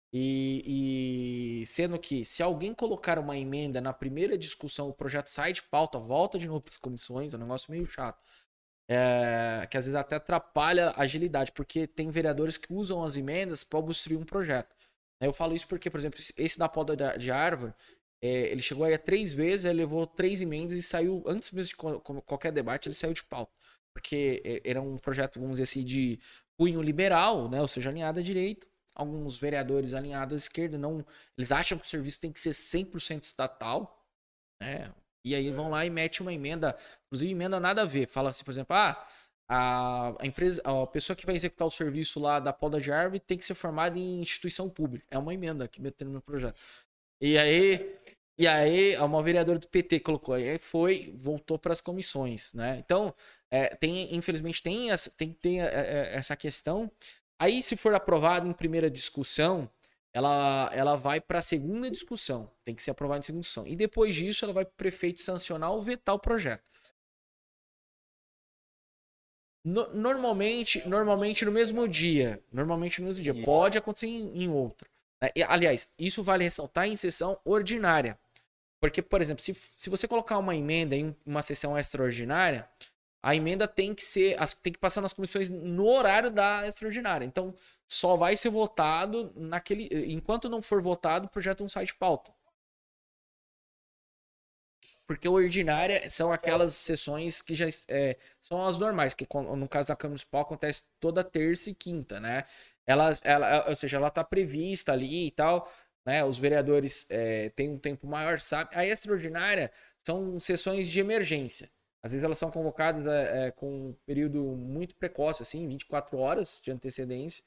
E sendo que, se alguém colocar uma emenda na primeira discussão, o projeto sai de pauta, volta de novo para as comissões, é um negócio meio chato. Que às vezes até atrapalha a agilidade, porque tem vereadores que usam as emendas para obstruir um projeto. Eu falo isso porque, por exemplo, esse da poda de árvore, ele chegou aí 3 vezes, ele levou 3 emendas e saiu, antes mesmo de qualquer debate, ele saiu de pauta. Porque era um projeto, vamos dizer assim, de cunho liberal, né? Ou seja, alinhado à direita. Alguns vereadores alinhados à esquerda, eles acham que o serviço tem que ser 100% estatal, né? E aí vão lá e metem uma emenda, inclusive emenda nada a ver. Fala assim, por exemplo, a pessoa que vai executar o serviço lá da poda de árvore tem que ser formada em instituição pública. É uma emenda que metendo no projeto. E aí uma vereadora do PT colocou, aí voltou para as comissões, né? Então, infelizmente tem essa questão. Aí, se for aprovado em primeira discussão, ela vai para a segunda discussão. Tem que ser aprovada em segunda discussão. E depois disso, ela vai para o prefeito sancionar ou vetar o projeto. Normalmente no mesmo dia. Pode acontecer em outro. Aliás, isso vale ressaltar em sessão ordinária. Porque, por exemplo, se você colocar uma emenda em uma sessão extraordinária, a emenda tem que passar nas comissões no horário da extraordinária. Então, só vai ser votado enquanto não for votado, o projeto não sai de pauta. Porque o ordinária são aquelas sessões que já são as normais, que no caso da Câmara Municipal acontece toda terça e quinta, né? ou seja, ela está prevista ali e tal, né? Os vereadores têm um tempo maior, sabe? A extraordinária são sessões de emergência. Às vezes elas são convocadas com um período muito precoce, assim, 24 horas de antecedência,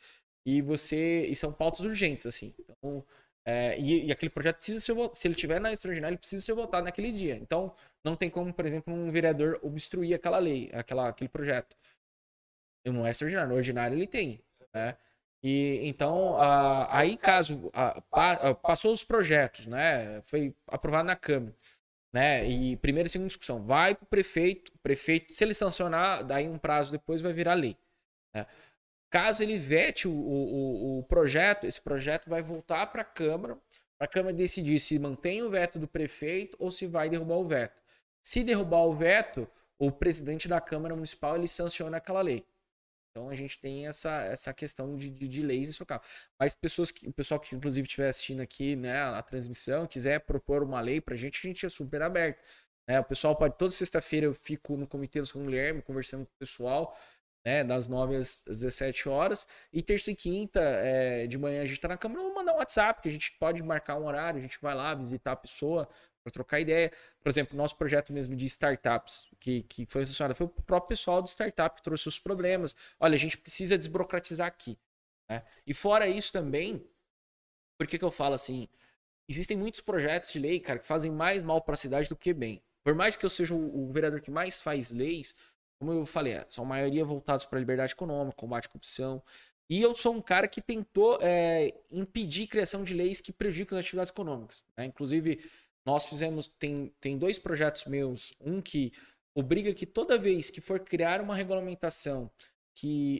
e são pautas urgentes, assim. Então, e aquele projeto precisa ser votado. Se ele estiver na extraordinária, ele precisa ser votado naquele dia. Então, não tem como, por exemplo, um vereador obstruir aquela lei, aquele projeto. Não é extraordinário, no ordinário ele tem, né? E então, aí caso passou os projetos, né? Foi aprovado na Câmara, né? E primeira e segunda discussão, vai para o prefeito, se ele sancionar, daí um prazo depois vai virar lei, né? Caso ele vete o projeto, esse projeto vai voltar para a Câmara decidir se mantém o veto do prefeito ou se vai derrubar o veto. Se derrubar o veto, o presidente da Câmara Municipal ele sanciona aquela lei. Então a gente tem essa questão de leis em Sorocaba. Mas o pessoal que inclusive estiver assistindo aqui, né, a transmissão, quiser propor uma lei pra gente é super aberto. Né? O pessoal pode, toda sexta-feira eu fico no Comitê do São Guilherme conversando com o pessoal, né, das 9 às 17 horas. E terça e quinta, de manhã, a gente tá na Câmara, vamos mandar um WhatsApp, que a gente pode marcar um horário, a gente vai lá visitar a pessoa para trocar ideia. Por exemplo, nosso projeto mesmo de startups, que foi assessorado, foi o próprio pessoal de startup que trouxe os problemas. Olha, a gente precisa desburocratizar aqui. Né? E fora isso também, por que eu falo assim? Existem muitos projetos de lei, cara, que fazem mais mal para a cidade do que bem. Por mais que eu seja o vereador que mais faz leis, como eu falei, são a maioria voltados para a liberdade econômica, combate à corrupção. E eu sou um cara que tentou impedir a criação de leis que prejudicam as atividades econômicas. Né? Inclusive, nós fizemos, tem 2 projetos meus, um que obriga que toda vez que for criar uma regulamentação que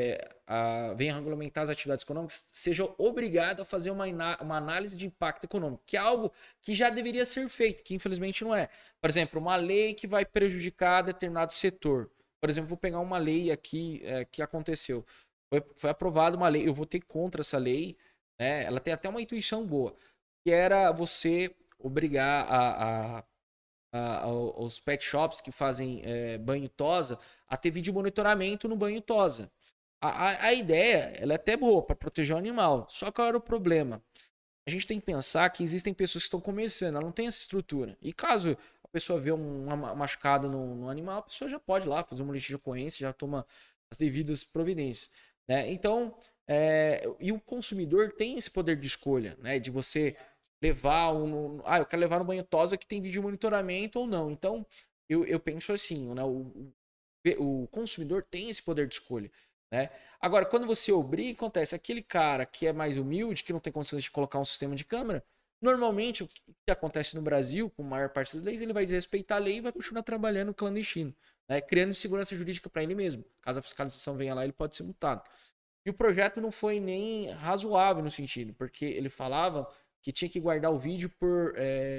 venha regulamentar as atividades econômicas, seja obrigado a fazer uma análise de impacto econômico, que é algo que já deveria ser feito, que infelizmente não é. Por exemplo, uma lei que vai prejudicar determinado setor. Por exemplo, vou pegar uma lei aqui que aconteceu. Foi aprovada uma lei, eu votei contra essa lei, né? Ela tem até uma intuição boa, que era você obrigar os pet shops que fazem banho tosa a ter vídeo monitoramento no banho tosa. A ideia ela é até boa para proteger o animal, só que qual era o problema? A gente tem que pensar que existem pessoas que estão começando, ela não tem essa estrutura. E caso a pessoa vê um machucado no animal, a pessoa já pode ir lá fazer uma boletim de ocorrência, já toma as devidas providências. Né? Então, e o consumidor tem esse poder de escolha, né? De você levar eu quero levar no banho tosa que tem vídeo monitoramento ou não. Então, eu penso assim, né? O consumidor tem esse poder de escolha. Né? Agora, quando você obriga, acontece aquele cara que é mais humilde, que não tem condições de colocar um sistema de câmera, normalmente o que acontece no Brasil, com a maior parte das leis, ele vai desrespeitar a lei e vai continuar trabalhando clandestino, né? Criando insegurança jurídica para ele mesmo. Caso a fiscalização venha lá, ele pode ser multado. E o projeto não foi nem razoável no sentido, porque ele falava que tinha que guardar o vídeo por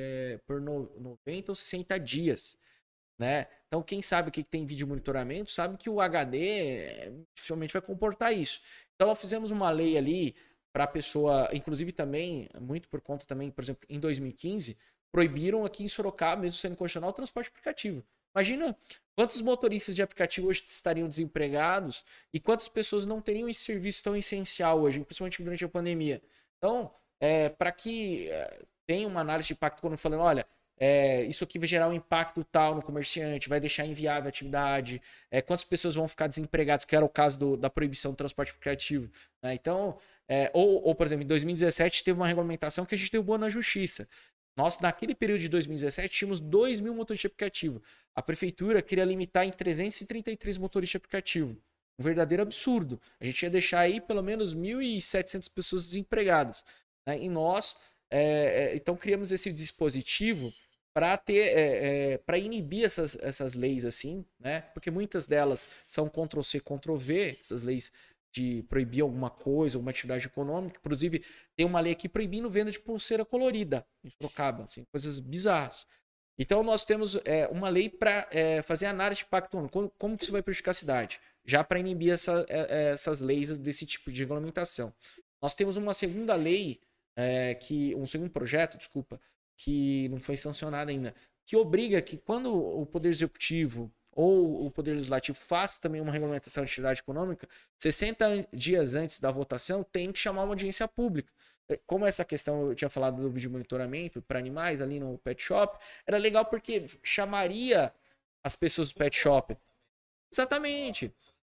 90 ou 60 dias. Né? Então, quem sabe o que tem vídeo monitoramento sabe que o HD dificilmente vai comportar isso. Então, nós fizemos uma lei ali para a pessoa, inclusive também, muito por conta também, por exemplo, em 2015, proibiram aqui em Sorocaba, mesmo sendo constitucional, o transporte aplicativo. Imagina quantos motoristas de aplicativo hoje estariam desempregados e quantas pessoas não teriam esse serviço tão essencial hoje, principalmente durante a pandemia. Então, para que tenha uma análise de impacto, quando falando, olha, isso aqui vai gerar um impacto tal no comerciante, vai deixar inviável a atividade, quantas pessoas vão ficar desempregadas, que era o caso da proibição do transporte aplicativo. Né? Então, ou, por exemplo, em 2017 teve uma regulamentação que a gente derrubou na justiça. Nós, naquele período de 2017, tínhamos 2 mil motoristas de aplicativo. A prefeitura queria limitar em 333 motoristas de aplicativo. Um verdadeiro absurdo. A gente ia deixar aí pelo menos 1.700 pessoas desempregadas. Né? E nós, então, criamos esse dispositivo para inibir essas leis assim, né? Porque muitas delas são Ctrl+C, Ctrl+V, essas leis de proibir alguma coisa, alguma atividade econômica. Inclusive, tem uma lei aqui proibindo venda de pulseira colorida em Sorocaba, assim, coisas bizarras. Então, nós temos uma lei para fazer análise de impacto, como que isso vai prejudicar a cidade, já para inibir essas leis desse tipo de regulamentação. Nós temos uma segunda lei, um segundo projeto, desculpa, que não foi sancionado ainda, que obriga que quando o Poder Executivo ou o Poder Legislativo faça também uma regulamentação de atividade econômica, 60 dias antes da votação tem que chamar uma audiência pública. Como essa questão eu tinha falado do vídeo monitoramento para animais ali no pet shop, era legal porque chamaria as pessoas do pet shop. Exatamente.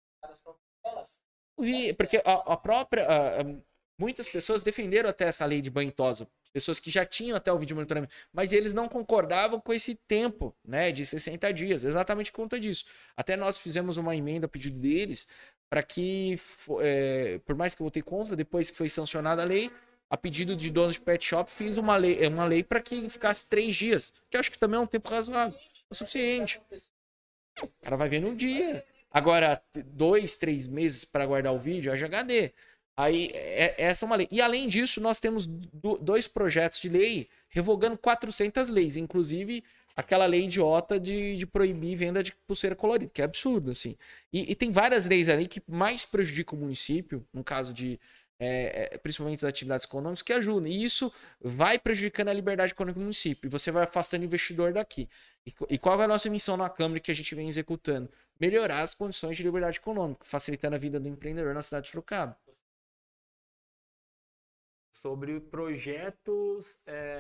Porque a própria... muitas pessoas defenderam até essa lei de banho e tosa. Pessoas que já tinham até o vídeo monitoramento. Mas eles não concordavam com esse tempo, né? De 60 dias. Exatamente por conta disso. Até nós fizemos uma emenda a pedido deles para que, por mais que eu votei contra, depois que foi sancionada a lei, a pedido de donos de pet shop, fiz uma lei para que ficasse 3 dias. Que eu acho que também é um tempo razoável. É o suficiente. O cara vai ver num dia. Agora, 2, 3 meses para guardar o vídeo, é HD. Aí, essa é uma lei. E além disso, nós temos 2 projetos de lei revogando 400 leis, inclusive aquela lei idiota de proibir venda de pulseira colorida, que é absurdo, assim. E tem várias leis ali que mais prejudicam o município, no caso de, principalmente das atividades econômicas, que ajudam. E isso vai prejudicando a liberdade econômica do município. E você vai afastando o investidor daqui. E qual é a nossa missão na Câmara que a gente vem executando? Melhorar as condições de liberdade econômica, facilitando a vida do empreendedor na cidade de Sorocaba. Sobre projetos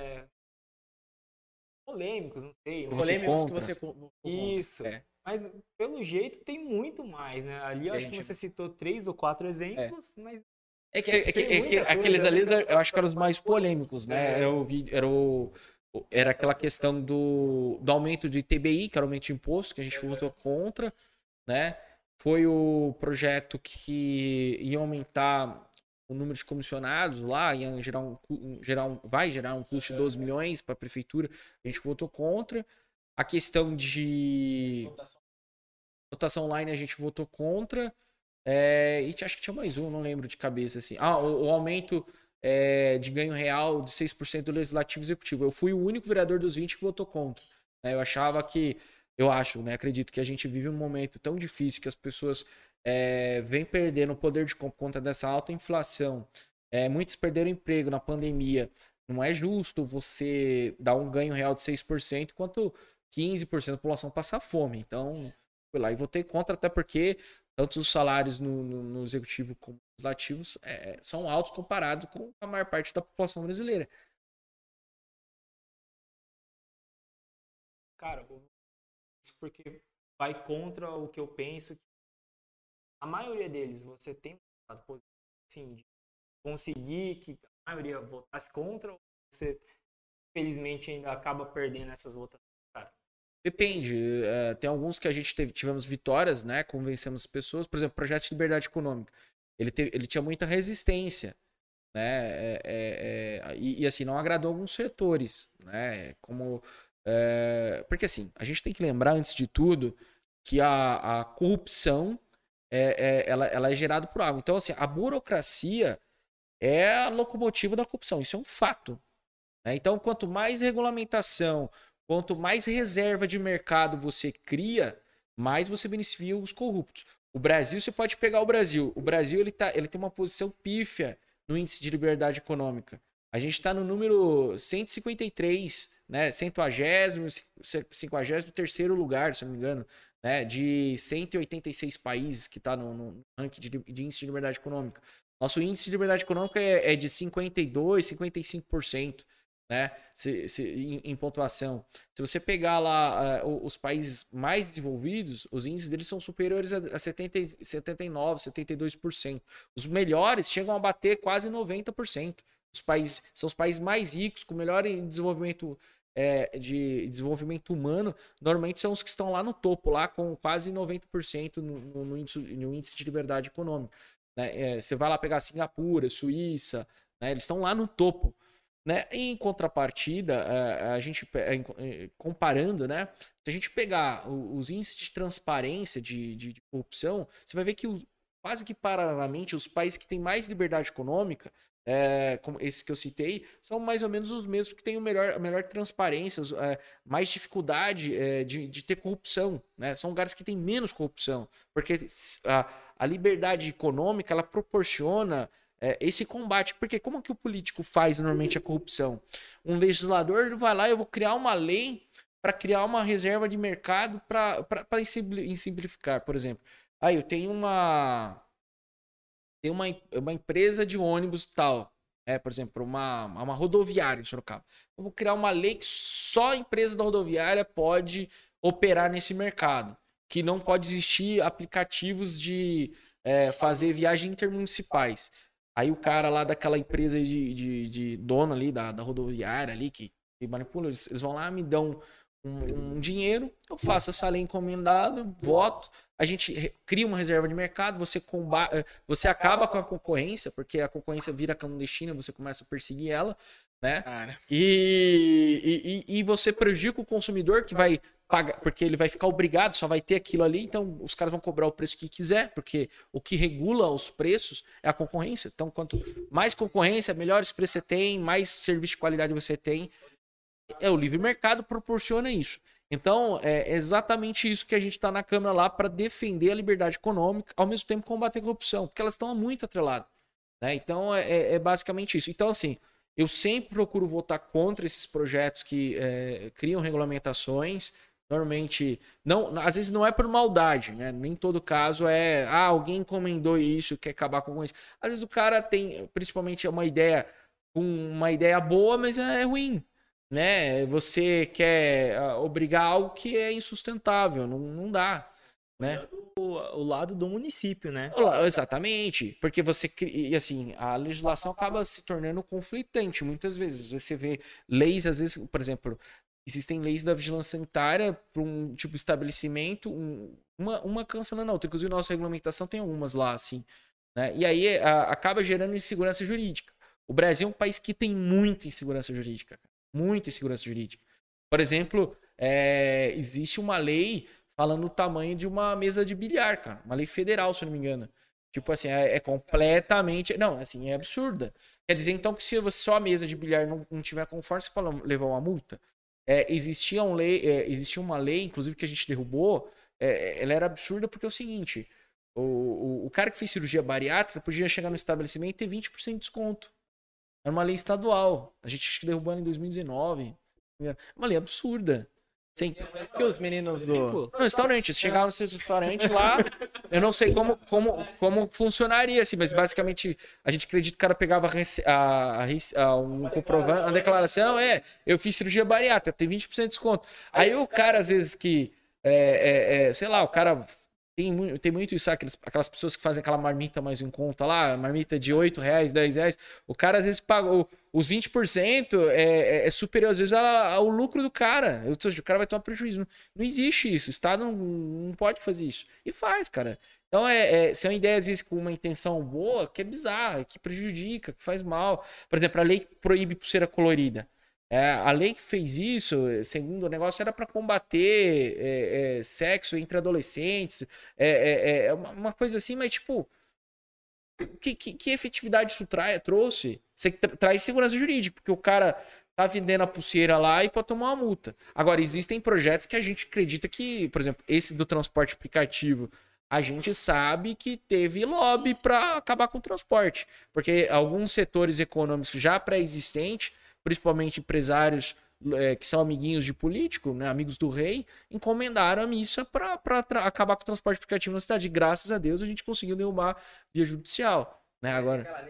polêmicos, não sei. Polêmicos que você... Isso. Mas, pelo jeito, tem muito mais, né? Ali, eu acho que você citou 3 ou 4 exemplos, mas... Aqueles ali, eu acho que eram os mais polêmicos, né? Era aquela questão do aumento de ITBI, que era o aumento de imposto, que a gente votou contra, né? Foi o projeto que ia aumentar o número de comissionados lá, ia vai gerar um custo de 12 milhões para a prefeitura, a gente votou contra. A questão de votação online a gente votou contra. E acho que tinha mais um, não lembro de cabeça assim. O aumento de ganho real de 6% do Legislativo e Executivo. Eu fui o único vereador dos 20 que votou contra. Eu acho, né? Acredito que a gente vive um momento tão difícil que as pessoas vêm perdendo o poder de compra por conta dessa alta inflação. Muitos perderam emprego na pandemia. Não é justo você dar um ganho real de 6% enquanto 15% da população passa fome. Então, fui lá e votei contra, até porque tanto os salários no executivo como nos legislativos são altos comparados com a maior parte da população brasileira. Cara, isso porque vai contra o que eu penso. A maioria deles, você tem um lado positivo, assim, de conseguir que a maioria votasse contra, ou você, felizmente, ainda acaba perdendo essas votações, cara? Depende. Tem alguns que a gente tivemos vitórias, né? Convencemos as pessoas. Por exemplo, o projeto de liberdade econômica. Ele tinha muita resistência, né? E assim, não agradou alguns setores, né? Porque assim, a gente tem que lembrar, antes de tudo, que a corrupção ela é gerada por algo. Então, assim, a burocracia é a locomotiva da corrupção. Isso é um fato, né? Então, quanto mais regulamentação, quanto mais reserva de mercado você cria, mais você beneficia os corruptos. O Brasil, você pode pegar o Brasil. O Brasil ele tem uma posição pífia no índice de liberdade econômica. A gente está no número 153, né? 53º lugar, se não me engano, né? De 186 países que está no ranking de índice de liberdade econômica. Nosso índice de liberdade econômica é de 52%, 55%. Né, em pontuação. Se você pegar lá os países mais desenvolvidos, os índices deles são superiores a 79%, 72%. Os melhores chegam a bater quase 90%. São os países mais ricos, com melhor desenvolvimento de desenvolvimento humano, normalmente são os que estão lá no topo, lá com quase 90% no índice de liberdade econômica. Né? Você vai lá pegar Singapura, Suíça, né? Eles estão lá no topo. Né? Em contrapartida, a gente comparando, né? Se a gente pegar os índices de transparência de corrupção, você vai ver que quase que paralelamente os países que têm mais liberdade econômica, como esses que eu citei, são mais ou menos os mesmos que têm a melhor transparência, mais dificuldade de ter corrupção, né? São lugares que têm menos corrupção, porque a liberdade econômica ela proporciona esse combate. Porque como que o político faz normalmente a corrupção? Um legislador vai lá, eu vou criar uma lei para criar uma reserva de mercado para simplificar, por exemplo. Aí eu tenho uma empresa de ônibus tal, por exemplo, uma rodoviária em Sorocaba. Eu vou criar uma lei que só a empresa da rodoviária pode operar nesse mercado, que não pode existir aplicativos de fazer viagens intermunicipais. Aí o cara lá daquela empresa de dono ali, da rodoviária ali, que manipula, eles vão lá, me dão um dinheiro, eu faço essa lei encomendada, voto, a gente cria uma reserva de mercado, você acaba com a concorrência, porque a concorrência vira clandestina, você começa a perseguir ela, né? Cara. E você prejudica o consumidor que vai pagar, porque ele vai ficar obrigado, só vai ter aquilo ali, então os caras vão cobrar o preço que quiser, porque o que regula os preços é a concorrência. Então, quanto mais concorrência, melhores preços você tem, mais serviço de qualidade você tem. O livre mercado proporciona isso. Então, é exatamente isso que a gente está na Câmara lá para defender a liberdade econômica, ao mesmo tempo combater a corrupção, porque elas estão muito atreladas. Né? Então, é basicamente isso. Então, assim, eu sempre procuro votar contra esses projetos que criam regulamentações. Normalmente, às vezes não é por maldade, né? Nem todo caso alguém encomendou isso, quer acabar com isso. Às vezes o cara tem, principalmente, uma ideia boa, mas é ruim. Né? Você quer obrigar algo que é insustentável, não dá, né? O lado do município, né? Exatamente, porque e assim, a legislação acaba se tornando conflitante muitas vezes. Você vê leis, às vezes, por exemplo, existem leis da vigilância sanitária para um tipo de estabelecimento, uma cancelando a outra. Inclusive, nossa regulamentação tem algumas lá, assim, né? E aí acaba gerando insegurança jurídica. O Brasil é um país que tem muita insegurança jurídica, cara. Muita insegurança jurídica. Por exemplo, existe uma lei falando o tamanho de uma mesa de bilhar, cara. Uma lei federal, se eu não me engano. Tipo assim, é completamente... Não, assim, é absurda. Quer dizer, então, que se só a mesa de bilhar não tiver conforme, você pode levar uma multa. Existia uma lei, inclusive, que a gente derrubou. Ela era absurda porque é o seguinte... O cara que fez cirurgia bariátrica podia chegar no estabelecimento e ter 20% de desconto. Era uma lei estadual. A gente acho que derrubou ela em 2019. É uma lei absurda. Que os meninos do... No restaurante. Você chegava no seu restaurante lá, eu não sei como funcionaria, assim, mas basicamente a gente acredita que o cara pegava um comprovante, uma declaração, eu fiz cirurgia bariátrica, tem 20% de desconto. Aí o cara, às vezes, que, sei lá, o cara... Tem muito isso, aquelas pessoas que fazem aquela marmita mais em conta lá, marmita de R$8, R$10. O cara às vezes paga os 20% é superior às vezes ao lucro do cara. Ou seja, o cara vai tomar prejuízo. Não existe isso. O Estado não pode fazer isso. E faz, cara. Então, se é uma ideia, às vezes, com uma intenção boa, que é bizarra, que prejudica, que faz mal. Por exemplo, a lei que proíbe pulseira colorida. A lei que fez isso, segundo o negócio, era para combater sexo entre adolescentes. Uma coisa assim, mas tipo, que efetividade isso trouxe? Você traz segurança jurídica, porque o cara tá vendendo a pulseira lá e pode tomar uma multa. Agora, existem projetos que a gente acredita que, por exemplo, esse do transporte aplicativo, a gente sabe que teve lobby para acabar com o transporte, porque alguns setores econômicos já pré-existentes, principalmente empresários que são amiguinhos de político, né, amigos do rei, encomendaram a missa para acabar com o transporte aplicativo na cidade. E, graças a Deus a gente conseguiu derrubar via judicial, né? Agora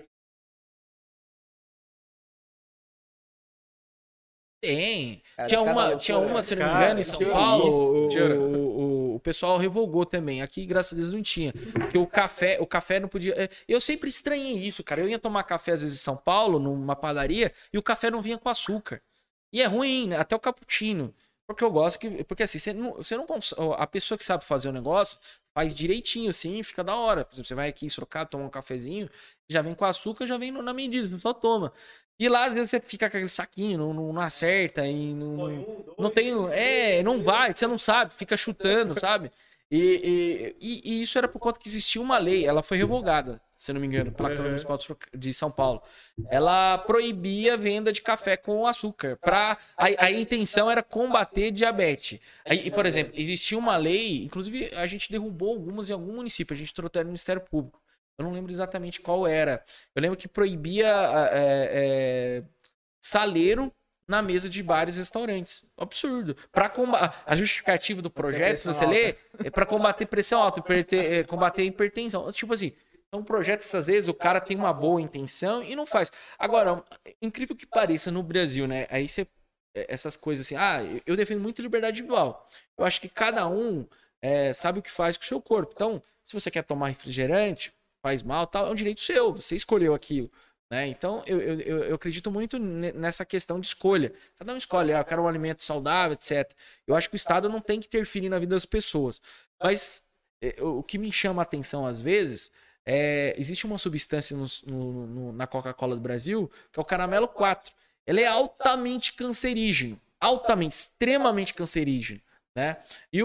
tem. Tinha uma, se não me engano, em São Paulo, o pessoal revogou também. Aqui, graças a Deus, não tinha. Porque o café não podia. Eu sempre estranhei isso, cara. Eu ia tomar café, às vezes, em São Paulo, numa padaria, e o café não vinha com açúcar. E é ruim, né? Até o cappuccino. Porque eu gosto que. Porque assim, você não a pessoa que sabe fazer o negócio faz direitinho, assim, fica da hora. Por exemplo, você vai aqui em Sorocaba, toma um cafezinho, já vem com açúcar, já vem na medida, não só toma. E lá, às vezes, você fica com aquele saquinho, não acerta, e não tem. Não vai, você não sabe, fica chutando, sabe? E isso era por conta que existia uma lei, ela foi revogada, se eu não me engano, pela Câmara Municipal de São Paulo. Ela proibia a venda de café com açúcar. A intenção era combater diabetes. Aí, por exemplo, existia uma lei, inclusive a gente derrubou algumas em algum município, a gente trouxe no Ministério Público. Eu não lembro exatamente qual era. Eu lembro que proibia saleiro na mesa de bares e restaurantes. Absurdo. A justificativa do projeto, se você alta. lê, é para combater pressão alta, combater a hipertensão. Tipo assim, é um projeto que às vezes o cara tem uma boa intenção e não faz. Agora, incrível que pareça no Brasil, né? Aí você essas coisas assim, eu defendo muito liberdade individual. Eu acho que cada um sabe o que faz com o seu corpo. Então, se você quer tomar refrigerante, faz mal, tal, é um direito seu, você escolheu aquilo. Né? Então, eu acredito muito nessa questão de escolha. Cada um escolhe, eu quero um alimento saudável, etc. Eu acho que o Estado não tem que interferir na vida das pessoas. Mas o que me chama a atenção às vezes existe uma substância na Coca-Cola do Brasil, que é o caramelo 4. Ele é altamente cancerígeno. Altamente, extremamente cancerígeno. Né? E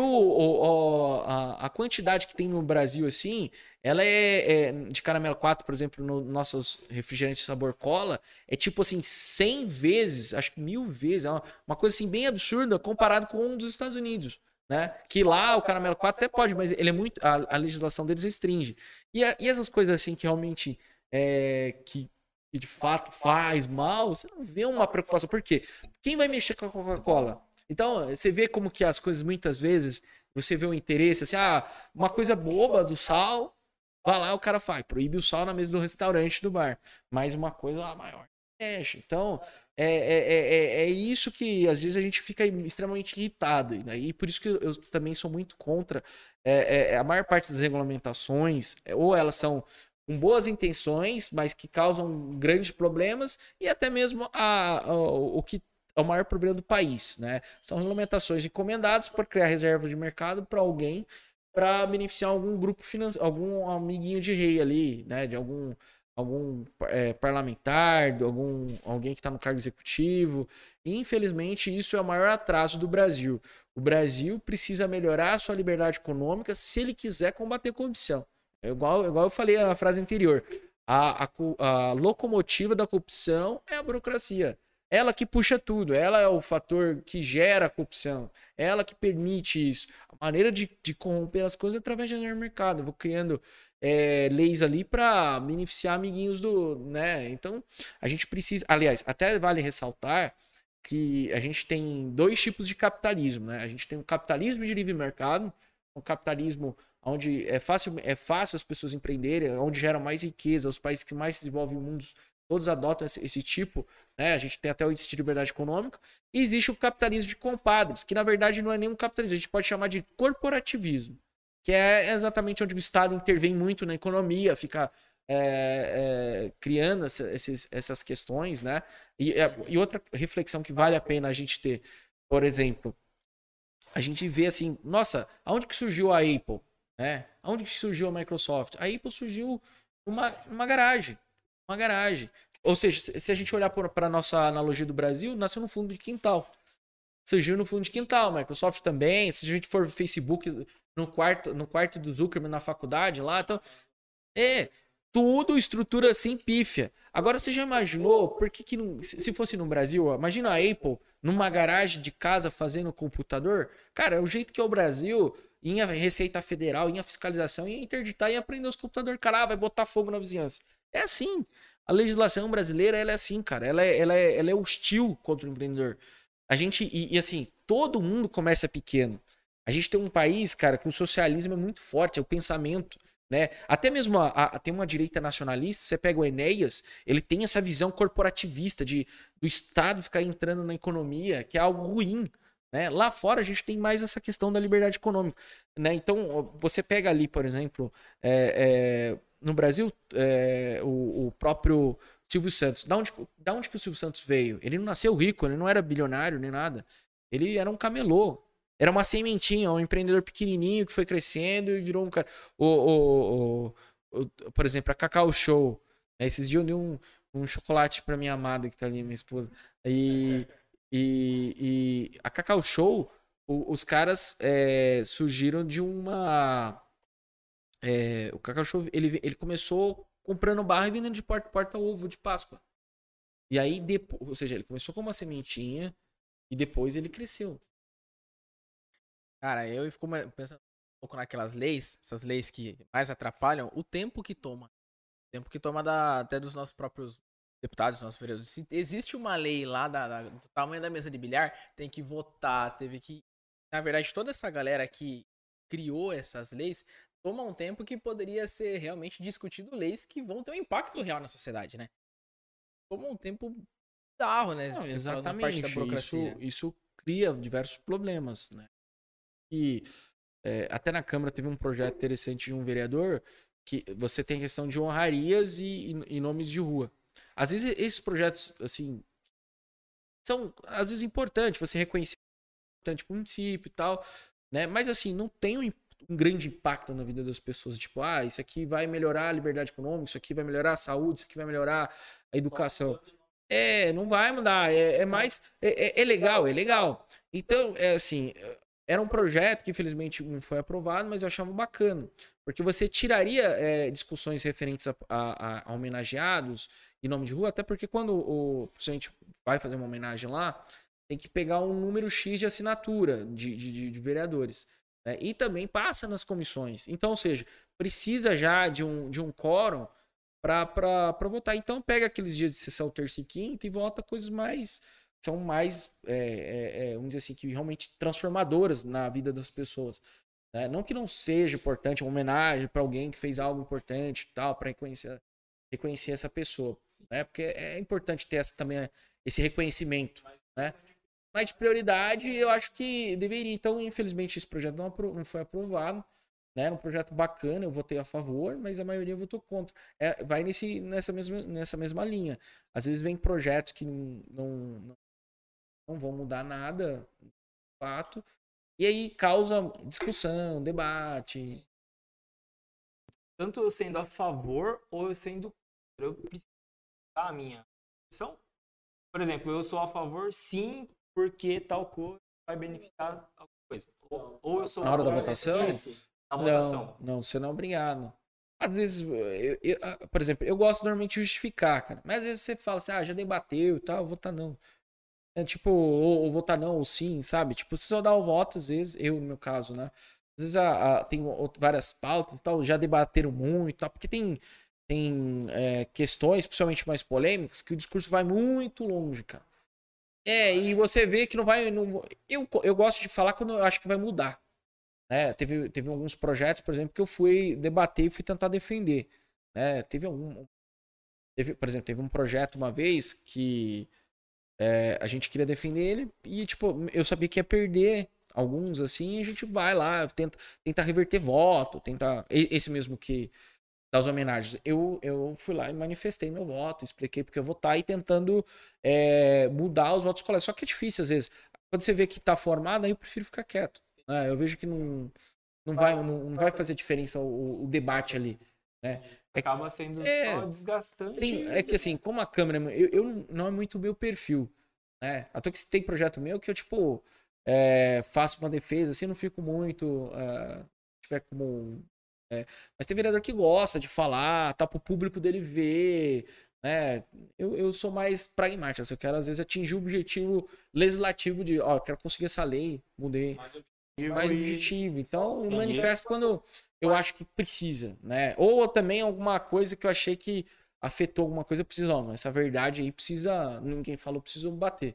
a quantidade que tem no Brasil, assim, ela de caramelo 4, por exemplo, nos nossos refrigerantes sabor cola, é tipo assim, 100 vezes, acho que 1000 vezes, é uma coisa assim bem absurda comparado com um dos Estados Unidos. Né? Que lá o caramelo 4 até pode, mas ele é muito. A legislação deles restringe. E essas coisas assim que realmente que de fato faz mal, você não vê uma preocupação. Por quê? Quem vai mexer com a Coca-Cola? Então, você vê como que as coisas muitas vezes, você vê um interesse, assim, uma coisa boba do sal, vai lá o cara faz, proíbe o sal na mesa do restaurante, do bar. Mas uma coisa lá maior, mexe. Então, é isso que às vezes a gente fica extremamente irritado. E daí, por isso que eu também sou muito contra a maior parte das regulamentações, ou elas são com boas intenções, mas que causam grandes problemas, e até mesmo o que é o maior problema do país, né? São regulamentações encomendadas para criar reserva de mercado para alguém, para beneficiar algum grupo financeiro, algum amiguinho de rei ali, né? De algum parlamentar, de alguém que está no cargo executivo. E, infelizmente, isso é o maior atraso do Brasil. O Brasil precisa melhorar a sua liberdade econômica se ele quiser combater a corrupção. Igual eu falei na frase anterior, a locomotiva da corrupção é a burocracia. Ela que puxa tudo, ela é o fator que gera a corrupção, ela que permite isso. A maneira de corromper as coisas é através do mercado. Eu vou criando leis ali para beneficiar amiguinhos né? Então, a gente precisa... Aliás, até vale ressaltar que a gente tem dois tipos de capitalismo, né? A gente tem o capitalismo de livre mercado, um capitalismo onde é fácil as pessoas empreenderem, onde geram mais riqueza, os países que mais se desenvolvem no mundo, todos adotam esse tipo, né? A gente tem até o índice de liberdade econômica. E existe o capitalismo de compadres, que na verdade não é nenhum capitalismo, a gente pode chamar de corporativismo, que é exatamente onde o Estado intervém muito na economia, fica criando essas questões, né? E outra reflexão que vale a pena a gente ter, por exemplo, a gente vê assim, nossa, aonde que surgiu a Apple? Né? Aonde que surgiu a Microsoft? A Apple surgiu numa garagem. Uma garagem. Ou seja, se a gente olhar para a nossa analogia do Brasil, nasceu no fundo de quintal. Surgiu no fundo de quintal. Microsoft também. Se a gente for Facebook no quarto do Zuckerman na faculdade lá, então tudo estrutura assim pífia. Agora você já imaginou por que se fosse no Brasil, imagina a Apple numa garagem de casa fazendo computador? Cara, o jeito que é o Brasil, em Receita Federal, em fiscalização, ia interditar e aprender os computadores. Cara, vai botar fogo na vizinhança. É assim. A legislação brasileira, ela é assim, cara. Ela é hostil contra o empreendedor. A gente, e assim, todo mundo começa pequeno. A gente tem um país, cara, que o socialismo é muito forte, é o pensamento, né? Até mesmo tem uma direita nacionalista, você pega o Enéas, ele tem essa visão corporativista do Estado ficar entrando na economia, que é algo ruim. Né? Lá fora a gente tem mais essa questão da liberdade econômica. Né? Então, você pega ali, por exemplo, no Brasil, o próprio Silvio Santos. Da onde que o Silvio Santos veio? Ele não nasceu rico, ele não era bilionário nem nada. Ele era um camelô. Era uma sementinha, um empreendedor pequenininho que foi crescendo e virou um cara. Por exemplo, a Cacau Show. Esses dias eu dei um chocolate pra minha amada que tá ali, minha esposa. E a Cacau Show, os caras surgiram de uma... o Cacau Show, ele começou comprando barra e vendendo de porta a porta ovo de Páscoa. E aí, ou seja, ele começou com uma sementinha e depois ele cresceu. Cara, eu fico pensando um pouco naquelas leis, essas leis que mais atrapalham, o tempo que toma. O tempo que toma até dos nossos próprios deputados, nossos vereadores, se existe uma lei lá do tamanho da mesa de bilhar, tem que votar, teve que. Na verdade, toda essa galera que criou essas leis toma um tempo que poderia ser realmente discutido leis que vão ter um impacto real na sociedade, né? Toma um tempo bizarro, né? Não, Você fala na parte da exatamente. burocracia. Isso cria diversos problemas, né? E até na Câmara teve um projeto interessante de um vereador que você tem questão de honrarias e nomes de rua. Às vezes esses projetos, assim, são às vezes importantes, você reconhecer importante para o município e tal, né? Mas assim, não tem um grande impacto na vida das pessoas. Tipo, isso aqui vai melhorar a liberdade econômica, isso aqui vai melhorar a saúde, isso aqui vai melhorar a educação. Não vai mudar. É mais. É legal, é legal. Então, assim, era um projeto que infelizmente não foi aprovado, mas eu achava bacana. Porque você tiraria discussões referentes a homenageados em nome de rua, até porque quando a gente vai fazer uma homenagem lá, tem que pegar um número X de assinatura de vereadores. Né? E também passa nas comissões. Então, ou seja, precisa já de um quórum para votar. Então pega aqueles dias de sessão terça e quinta e vota coisas mais são mais vamos dizer assim, que realmente transformadoras na vida das pessoas, né? Não que não seja importante uma homenagem para alguém que fez algo importante e tal, para reconhecer essa pessoa, né? Porque é importante ter também esse reconhecimento, né? Mas de prioridade eu acho que deveria. Então, infelizmente, esse projeto não foi aprovado. Né? Era um projeto bacana, eu votei a favor, mas a maioria votou contra. Vai nessa mesma linha. Às vezes vem projetos que não vão mudar nada, de fato, e aí causa discussão, debate. Tanto eu sendo a favor ou eu sendo contra. Eu preciso dar a minha posição. Por exemplo, eu sou a favor sim, porque tal coisa vai beneficiar alguma coisa. Ou eu sou Na hora da votação? Na votação. Não, você não é obrigado. Às vezes, por exemplo, eu gosto normalmente de justificar, cara. Mas às vezes você fala assim, já debateu e tal, eu vou votar não. Tipo, ou votar não, ou sim, sabe? Tipo, você só dá o voto, às vezes, eu no meu caso, né? Às vezes tem várias pautas e tal, já debateram muito, tal, porque tem questões, principalmente mais polêmicas, que o discurso vai muito longe, cara. E você vê que não vai. Eu gosto de falar quando eu acho que vai mudar. Né? Teve alguns projetos, por exemplo, que eu fui debater e fui tentar defender. Né? Por exemplo, teve um projeto uma vez que a gente queria defender ele e, tipo, eu sabia que ia perder alguns, assim, e a gente vai lá, tenta reverter voto, esse mesmo que das homenagens. Eu fui lá e manifestei meu voto, expliquei porque eu vou votar e tentando mudar os votos coletivos. Só que é difícil, às vezes. Quando você vê que tá formado, aí eu prefiro ficar quieto. Né? Eu vejo que não vai fazer diferença o debate ali. Né? Acaba sendo só desgastante. É que assim, como a câmera, eu não é muito o meu perfil. Né? Até que tem projeto meu que eu, tipo, faço uma defesa, assim, não fico muito. Tiver como. Mas tem vereador que gosta de falar, tá pro público dele ver. Né? Eu sou mais pragmático. Assim, eu quero, às vezes, atingir o objetivo legislativo de, eu quero conseguir essa lei, mudei. Mais objetivo. Então, eu manifesto quando eu acho que precisa, né? Ou também alguma coisa que eu achei que afetou alguma coisa, eu preciso, essa verdade aí precisa, ninguém falou, preciso bater.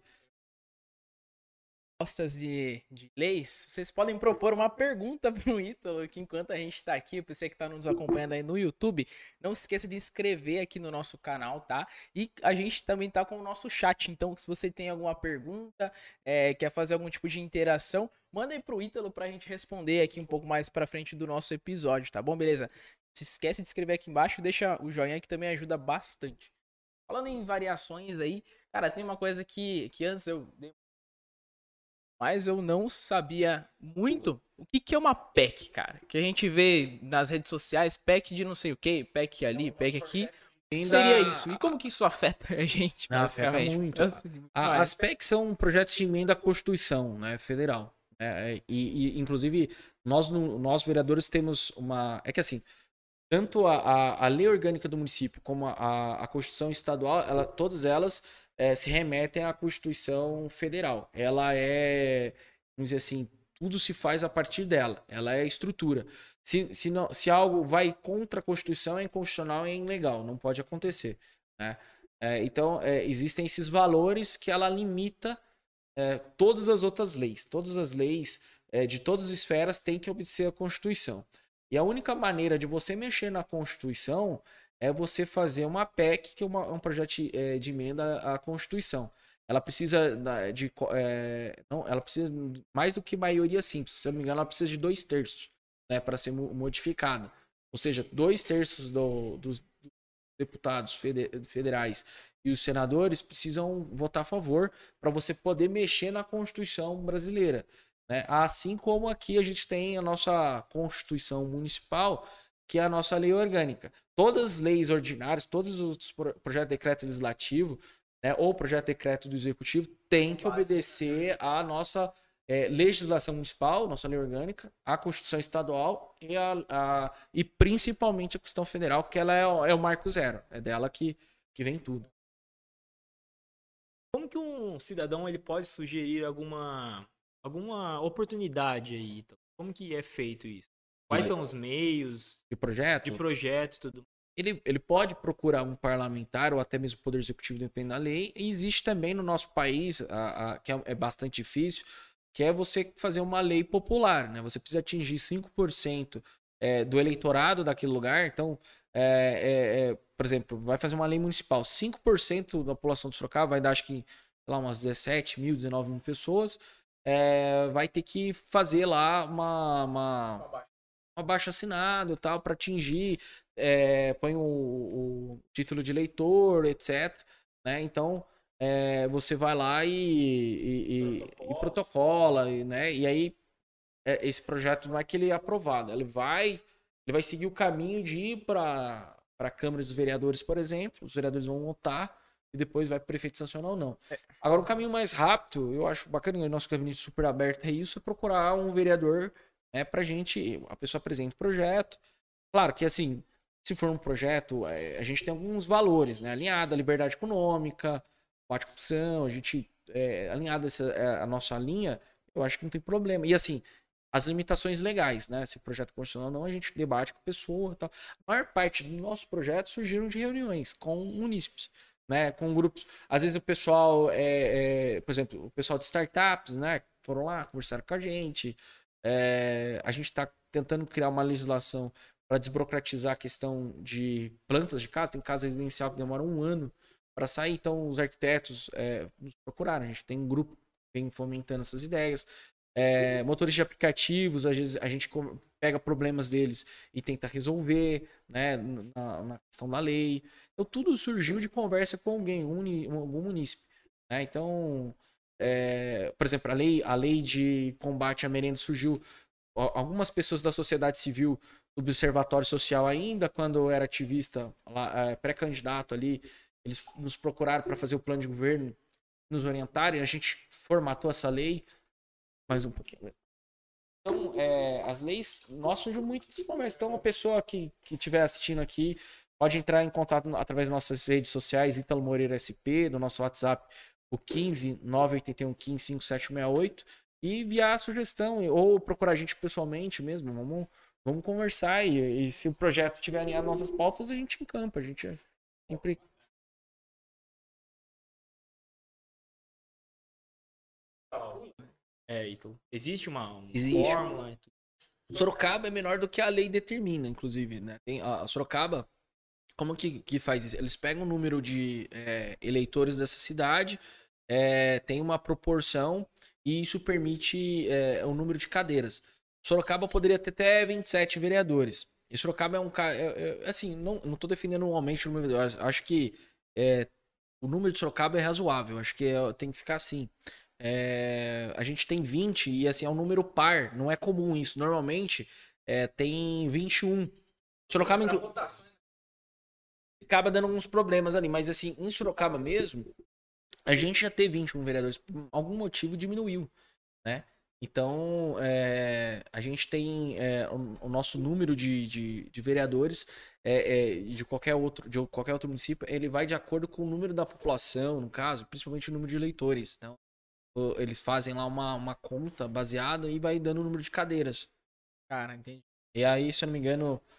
Propostas de leis, vocês podem propor uma pergunta pro Ítalo, que enquanto a gente tá aqui, pra você que tá nos acompanhando aí no YouTube, não se esqueça de inscrever aqui no nosso canal, tá? E a gente também tá com o nosso chat, então se você tem alguma pergunta, quer fazer algum tipo de interação, manda aí pro Ítalo pra gente responder aqui um pouco mais pra frente do nosso episódio, tá bom? Beleza? Se esquece de inscrever aqui embaixo, deixa o joinha que também ajuda bastante. Falando em variações aí, cara, tem uma coisa que antes eu dei, mas eu não sabia muito o que é uma PEC, cara. Que a gente vê nas redes sociais, PEC de não sei o que, PEC ali, PEC aqui. O que seria isso? E como que isso afeta a gente, basicamente? Afeta muito. As PECs são projetos de emenda à Constituição, né, federal. E inclusive, nós vereadores temos uma... É que assim, tanto a lei orgânica do município como a Constituição estadual, todas elas se remetem à Constituição Federal. Ela vamos dizer assim, tudo se faz a partir dela. Ela é estrutura. Se algo vai contra a Constituição, é inconstitucional e é ilegal. Não pode acontecer. Né? Então, existem esses valores que ela limita todas as outras leis. Todas as leis de todas as esferas têm que obedecer à Constituição. E a única maneira de você mexer na Constituição é você fazer uma PEC, que é um projeto de emenda à Constituição. Ela precisa não, ela precisa mais do que maioria simples. Se eu não me engano, ela precisa de 2/3, né, para ser modificada. Ou seja, 2/3 dos deputados federais e os senadores precisam votar a favor para você poder mexer na Constituição brasileira, né? Assim como aqui a gente tem a nossa Constituição Municipal, que é a nossa lei orgânica. Todas as leis ordinárias, todos os projetos de decreto legislativo, né, ou projeto de decreto do executivo, tem que obedecer à nossa legislação municipal, nossa lei orgânica, a Constituição Estadual e principalmente a Constituição Federal, que ela é o marco zero. É dela que vem tudo. Como que um cidadão ele pode sugerir alguma oportunidade aí? Então? Como que é feito isso? Quais são os meios de projeto? De projeto e tudo. Ele pode procurar um parlamentar ou até mesmo o Poder Executivo, dependendo da lei. E existe também no nosso país, que é bastante difícil, que é você fazer uma lei popular, né? Você precisa atingir 5% do eleitorado daquele lugar. Então, por exemplo, vai fazer uma lei municipal. 5% da população de Sorocaba vai dar, acho que, sei lá, umas 17 mil, 19 mil pessoas. Vai ter que fazer lá uma baixa assinado e tal, para atingir, põe o título de eleitor, etc. Né? Então, você vai lá e protocola, né? E aí, esse projeto não é que ele é aprovado, ele vai seguir o caminho de ir para a Câmara dos Vereadores, por exemplo, os vereadores vão votar e depois vai para o prefeito sancionar ou não. Agora, um caminho mais rápido, eu acho bacana, o nosso gabinete super aberto é isso, é procurar um vereador, pra gente, a pessoa apresenta o projeto. Claro que, assim, se for um projeto, a gente tem alguns valores, né? Alinhado à liberdade econômica, combate à corrupção, a gente, alinhado a nossa linha, eu acho que não tem problema. E, assim, as limitações legais, né? Se o projeto é constitucional ou não, a gente debate com a pessoa e tal. A maior parte dos nossos projetos surgiram de reuniões com munícipes, né? Com grupos. Às vezes o pessoal, por exemplo, o pessoal de startups, né? Foram lá, conversaram com a gente. A gente está tentando criar uma legislação para desburocratizar a questão de plantas de casa. Tem casa residencial que demora 1 ano para sair, então os arquitetos nos procuraram. A gente tem um grupo que vem fomentando essas ideias. Motores de aplicativos, às vezes a gente pega problemas deles e tenta resolver, né, na questão da lei. Então tudo surgiu de conversa com algum munícipe, né? Então, por exemplo, a lei de combate à merenda surgiu. Algumas pessoas da sociedade civil do Observatório Social, ainda quando eu era ativista, pré-candidato ali, eles nos procuraram para fazer o plano de governo, nos orientarem, a gente formatou essa lei. Mais um pouquinho. Então, as leis, nós surgiu muito desse conversa. Então, uma pessoa que estiver assistindo aqui pode entrar em contato através das nossas redes sociais, Ítalo Moreira SP, do nosso WhatsApp, o 15 981 15 5768, e enviar a sugestão, ou procurar a gente pessoalmente mesmo. Vamos conversar, e se o projeto tiver alinhado nossas pautas, a gente encampa. A gente sempre. Então, existe uma Existe. fórmula? Sorocaba é menor do que a lei determina, inclusive, né? Tem a Sorocaba, como que faz isso? Eles pegam o número de eleitores dessa cidade, tem uma proporção e isso permite o número de cadeiras. Sorocaba poderia ter até 27 vereadores. E Sorocaba é um cara. Assim, não tô defendendo um aumento no número. Acho que o número de Sorocaba é razoável. Acho que tem que ficar assim. A gente tem 20 e assim é um número par, não é comum isso. Normalmente tem 21. Sorocaba acaba dando alguns problemas ali, mas assim, em Sorocaba mesmo, a gente já teve 21 vereadores, por algum motivo diminuiu, né? Então, a gente tem o nosso número de vereadores de qualquer outro município, ele vai de acordo com o número da população, no caso, principalmente o número de eleitores. Então, eles fazem lá uma conta baseada e vai dando o número de cadeiras. Cara, entendi. E aí, se eu não me engano,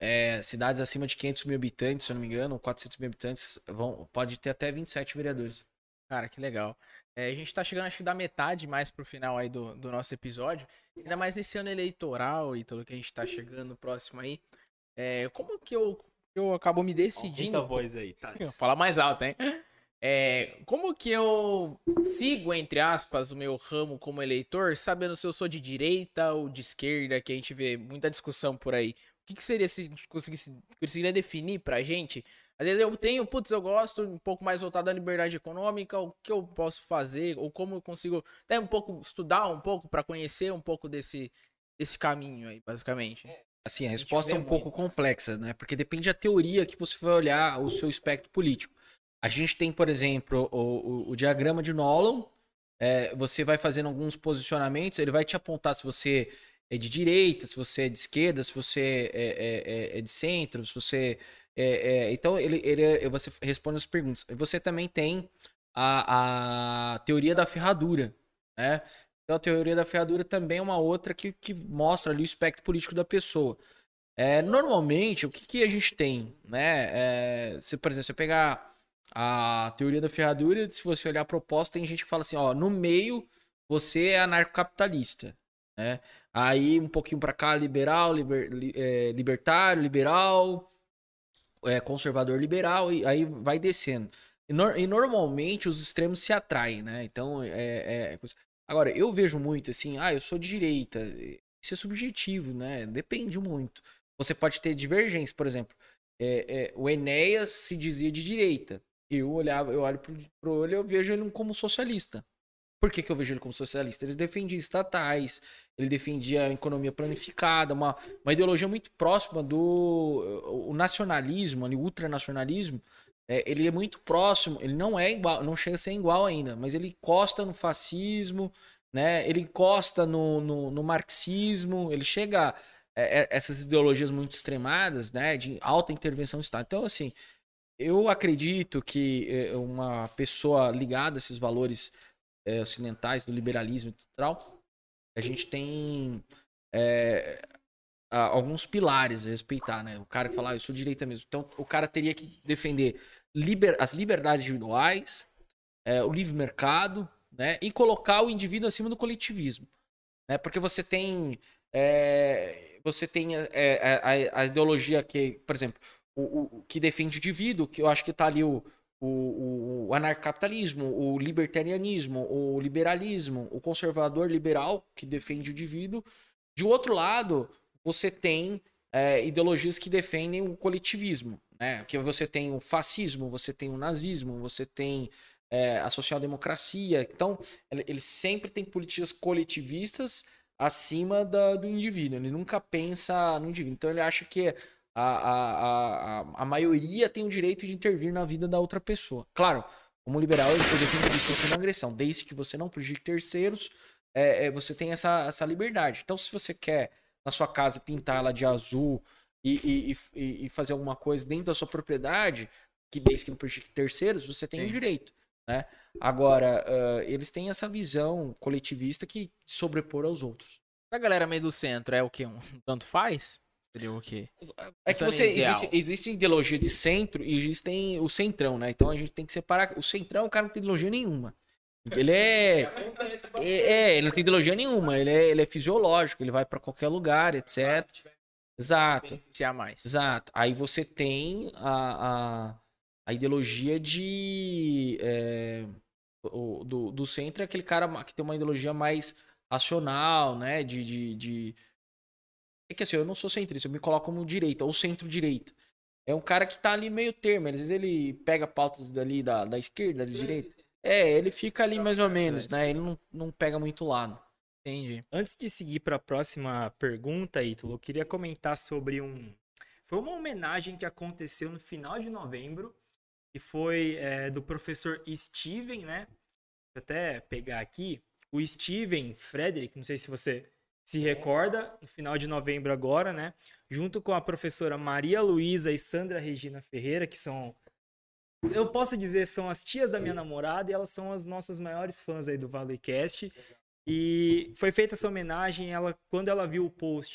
cidades acima de 500 mil habitantes, se eu não me engano, 400 mil habitantes, pode ter até 27 vereadores. Cara, que legal. A gente tá chegando, acho que da metade mais pro final aí do nosso episódio. Ainda mais nesse ano eleitoral, Ítalo, que a gente tá chegando próximo aí. Como que eu acabo me decidindo... Aumenta a voz aí, tá? Fala mais alto, hein? Como que eu sigo, entre aspas, o meu ramo como eleitor, sabendo se eu sou de direita ou de esquerda, que a gente vê muita discussão por aí. O que seria se conseguiria definir pra gente? Às vezes eu gosto um pouco mais voltado à liberdade econômica, o que eu posso fazer, ou como eu consigo até um pouco estudar um pouco pra conhecer um pouco desse caminho aí, basicamente. Assim, a resposta é um pouco complexa, né? Porque depende da teoria que você vai olhar o seu espectro político. A gente tem, por exemplo, o diagrama de Nolan. Você vai fazendo alguns posicionamentos, ele vai te apontar se você é de direita, se você é de esquerda, se você é de centro, se você... então, você responde as perguntas. Você também tem a teoria da ferradura, né? Então, a teoria da ferradura também é uma outra que mostra ali o espectro político da pessoa. Normalmente, o que a gente tem, né? Se, por exemplo, você pegar a teoria da ferradura, se você olhar a proposta, tem gente que fala assim, ó, no meio você é anarcocapitalista, né? Aí um pouquinho para cá, liberal, libertário, liberal, conservador liberal, e aí vai descendo. E normalmente os extremos se atraem, né? Então, agora, eu vejo muito assim, eu sou de direita. Isso é subjetivo, né? Depende muito. Você pode ter divergência, por exemplo. O Enéas se dizia de direita. Eu olho pro olho e eu vejo ele como socialista. Por que eu vejo ele como socialista? Ele defendia estatais, ele defendia a economia planificada, uma ideologia muito próxima do nacionalismo, o ultranacionalismo. Ele é muito próximo, ele não é igual, não chega a ser igual ainda, mas ele encosta no fascismo, né? Ele encosta no marxismo, ele chega a essas ideologias muito extremadas, né? De alta intervenção do Estado. Então, assim, eu acredito que uma pessoa ligada a esses valores ocidentais, do liberalismo e tal, a gente tem alguns pilares a respeitar, né? O cara que fala, eu sou direita mesmo. Então, o cara teria que defender as liberdades individuais, o livre mercado, né? E colocar o indivíduo acima do coletivismo, né? Porque você tem a ideologia que, por exemplo, o que defende o indivíduo, que eu acho que tá ali o anarcapitalismo, o libertarianismo, o liberalismo, o conservador liberal, que defende o indivíduo. De outro lado, você tem ideologias que defendem o coletivismo, né? Que você tem o fascismo, você tem o nazismo, você tem a social-democracia. Então, eles sempre têm políticas coletivistas acima do indivíduo. Ele nunca pensa no indivíduo. Então, ele acha que a maioria tem o direito de intervir na vida da outra pessoa. Claro, como liberal, eu defendo isso como agressão. Desde que você não prejudique terceiros, você tem essa liberdade. Então, se você quer, na sua casa, pintar ela de azul e fazer alguma coisa dentro da sua propriedade, que desde que não prejudique terceiros, você tem o direito, né? Agora, eles têm essa visão coletivista que sobrepor aos outros. A galera meio do centro é o quê? Tanto faz? Seria o quê? Que existe ideologia de centro e existem o centrão, né? Então a gente tem que separar. O centrão, o cara não tem ideologia nenhuma. Ele ele não tem ideologia nenhuma. Ele é fisiológico, ele vai pra qualquer lugar, etc. Exato. Beneficiar mais. Exato. Aí você tem a ideologia do centro, é aquele cara que tem uma ideologia mais racional, né? É que assim, eu não sou centrista, eu me coloco como direita ou centro-direita. É um cara que tá ali meio termo. Às vezes ele pega pautas dali da esquerda, da direita. Ele fica ali mais ou menos, né? Ele não pega muito lado. Entendi. Antes de seguir para a próxima pergunta, Ítalo, eu queria comentar sobre Foi uma homenagem que aconteceu no final de novembro, que foi do professor Steven, né? Vou até pegar aqui. O Steven Frederick, não sei se você se recorda, no final de novembro agora, né? Junto com a professora Maria Luísa e Sandra Regina Ferreira, que são, eu posso dizer, são as tias da minha namorada e elas são as nossas maiores fãs aí do ValueCast. E foi feita essa homenagem, quando ela viu o post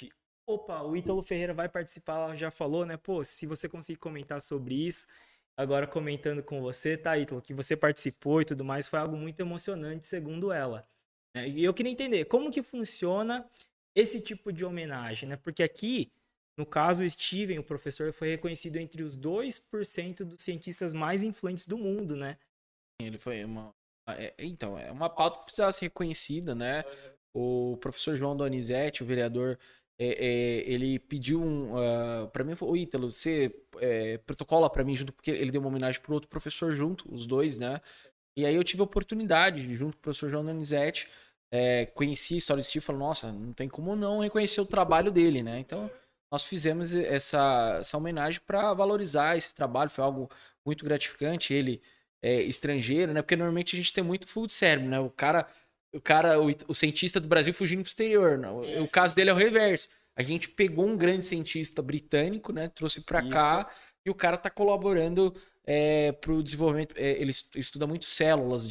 Opa, o Ítalo Ferreira vai participar, já falou, né? Pô, se você conseguir comentar sobre isso, agora comentando com você, tá, Ítalo, que você participou e tudo mais, foi algo muito emocionante, segundo ela, né? E eu queria entender como que funciona esse tipo de homenagem, né? Porque aqui, no caso, o Steven, o professor, foi reconhecido entre os 2% dos cientistas mais influentes do mundo, né? Ele foi uma. Então, é uma pauta que precisava ser reconhecida, né? O professor João Donizete, o vereador, ele pediu para mim, falou, Ítalo, você protocola para mim junto, porque ele deu uma homenagem para outro professor junto, os dois, né? E aí eu tive a oportunidade, junto com o professor João Donizete, conheci a história do Steve e falei, nossa, não tem como não reconhecer o trabalho dele, né? Então, nós fizemos essa homenagem para valorizar esse trabalho, foi algo muito gratificante. Ele estrangeiro, né? Porque normalmente a gente tem muito fuga de cérebro, né? O cientista do Brasil fugindo pro exterior. Né? O caso dele é o reverso. A gente pegou um grande cientista britânico, né? Trouxe para cá e o cara tá colaborando para o desenvolvimento. Ele estuda muito células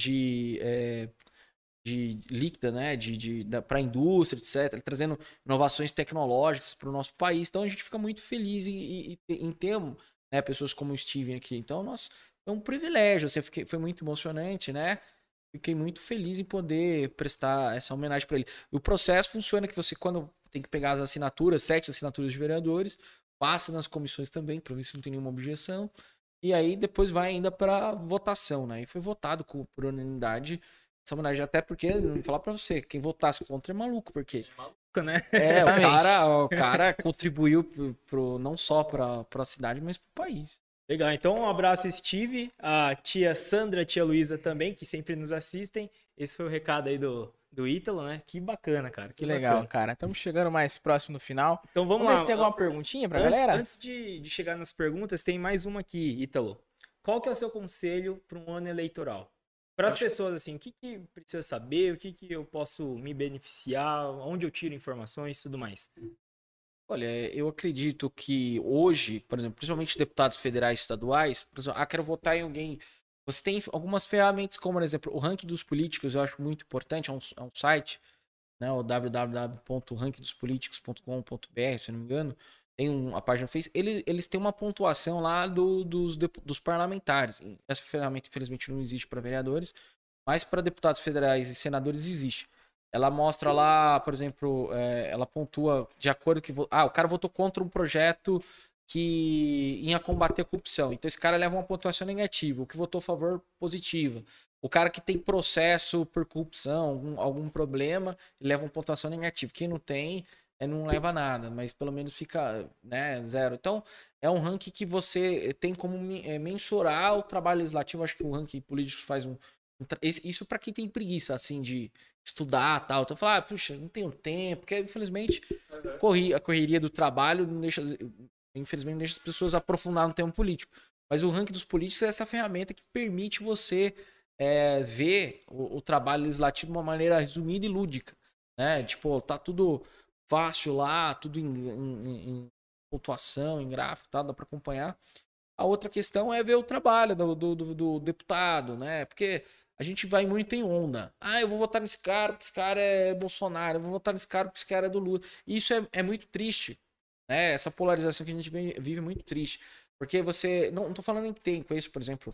de líquida, né? Para a indústria, etc. Trazendo inovações tecnológicas para o nosso país. Então a gente fica muito feliz em ter, né, pessoas como o Steven aqui. Então, nossa, é um privilégio. Assim, foi muito emocionante, né? Fiquei muito feliz em poder prestar essa homenagem para ele. O processo funciona que você, quando tem que pegar as assinaturas, 7 assinaturas de vereadores, passa nas comissões também, para ver se não tem nenhuma objeção. E aí depois vai ainda para votação, né? E foi votado por unanimidade essa homenagem. Até porque, não falar para você, quem votasse contra é maluco, porque. É maluco, né? O cara contribuiu não só para a cidade, mas para o país. Legal, então um abraço, Steve, a tia Sandra, a tia Luísa também, que sempre nos assistem. Esse foi o recado aí do Ítalo, né? Que bacana, cara. Que legal, bacana. cara. Estamos chegando mais próximo do final. Então vamos lá. Ver se tem alguma perguntinha pra galera? Antes de chegar nas perguntas, tem mais uma aqui, Ítalo. Qual que é o seu conselho para um ano eleitoral? Para as pessoas, assim, o que precisa saber, o que eu posso me beneficiar, onde eu tiro informações e tudo mais? Olha, eu acredito que hoje, por exemplo, principalmente deputados federais e estaduais, por exemplo, quero votar em alguém. Você tem algumas ferramentas, como, por exemplo, o ranking dos políticos, eu acho muito importante, é um site, né, o www.rankingdospoliticos.com.br, se eu não me engano, tem a página Face, eles têm uma pontuação lá dos parlamentares. Essa ferramenta, infelizmente, não existe para vereadores, mas para deputados federais e senadores existe. Ela mostra lá, por exemplo, ela pontua de acordo que... o cara votou contra um projeto que ia combater a corrupção. Então esse cara leva uma pontuação negativa. O que votou a favor, positiva. O cara que tem processo por corrupção, algum problema, leva uma pontuação negativa. Quem não tem, não leva nada, mas pelo menos fica, né, zero. Então é um ranking que você tem como mensurar o trabalho legislativo. Acho que o ranking político faz isso para quem tem preguiça, assim, de estudar tal. Então, falar, puxa, não tenho tempo, porque infelizmente a correria do trabalho não deixa, infelizmente, não deixa as pessoas aprofundar no tema político. Mas o ranking dos políticos é essa ferramenta que permite você ver o trabalho legislativo de uma maneira resumida e lúdica, né? Tipo, tá tudo fácil lá, tudo em pontuação, em gráfico, tá? Dá para acompanhar. A outra questão é ver o trabalho do deputado, né? Porque a gente vai muito em onda. Eu vou votar nesse cara porque esse cara é Bolsonaro. Eu vou votar nesse cara porque esse cara é do Lula. E isso é muito triste, né? Essa polarização que a gente vive é muito triste. Porque você... Não tô falando em que tem. Conheço, por exemplo,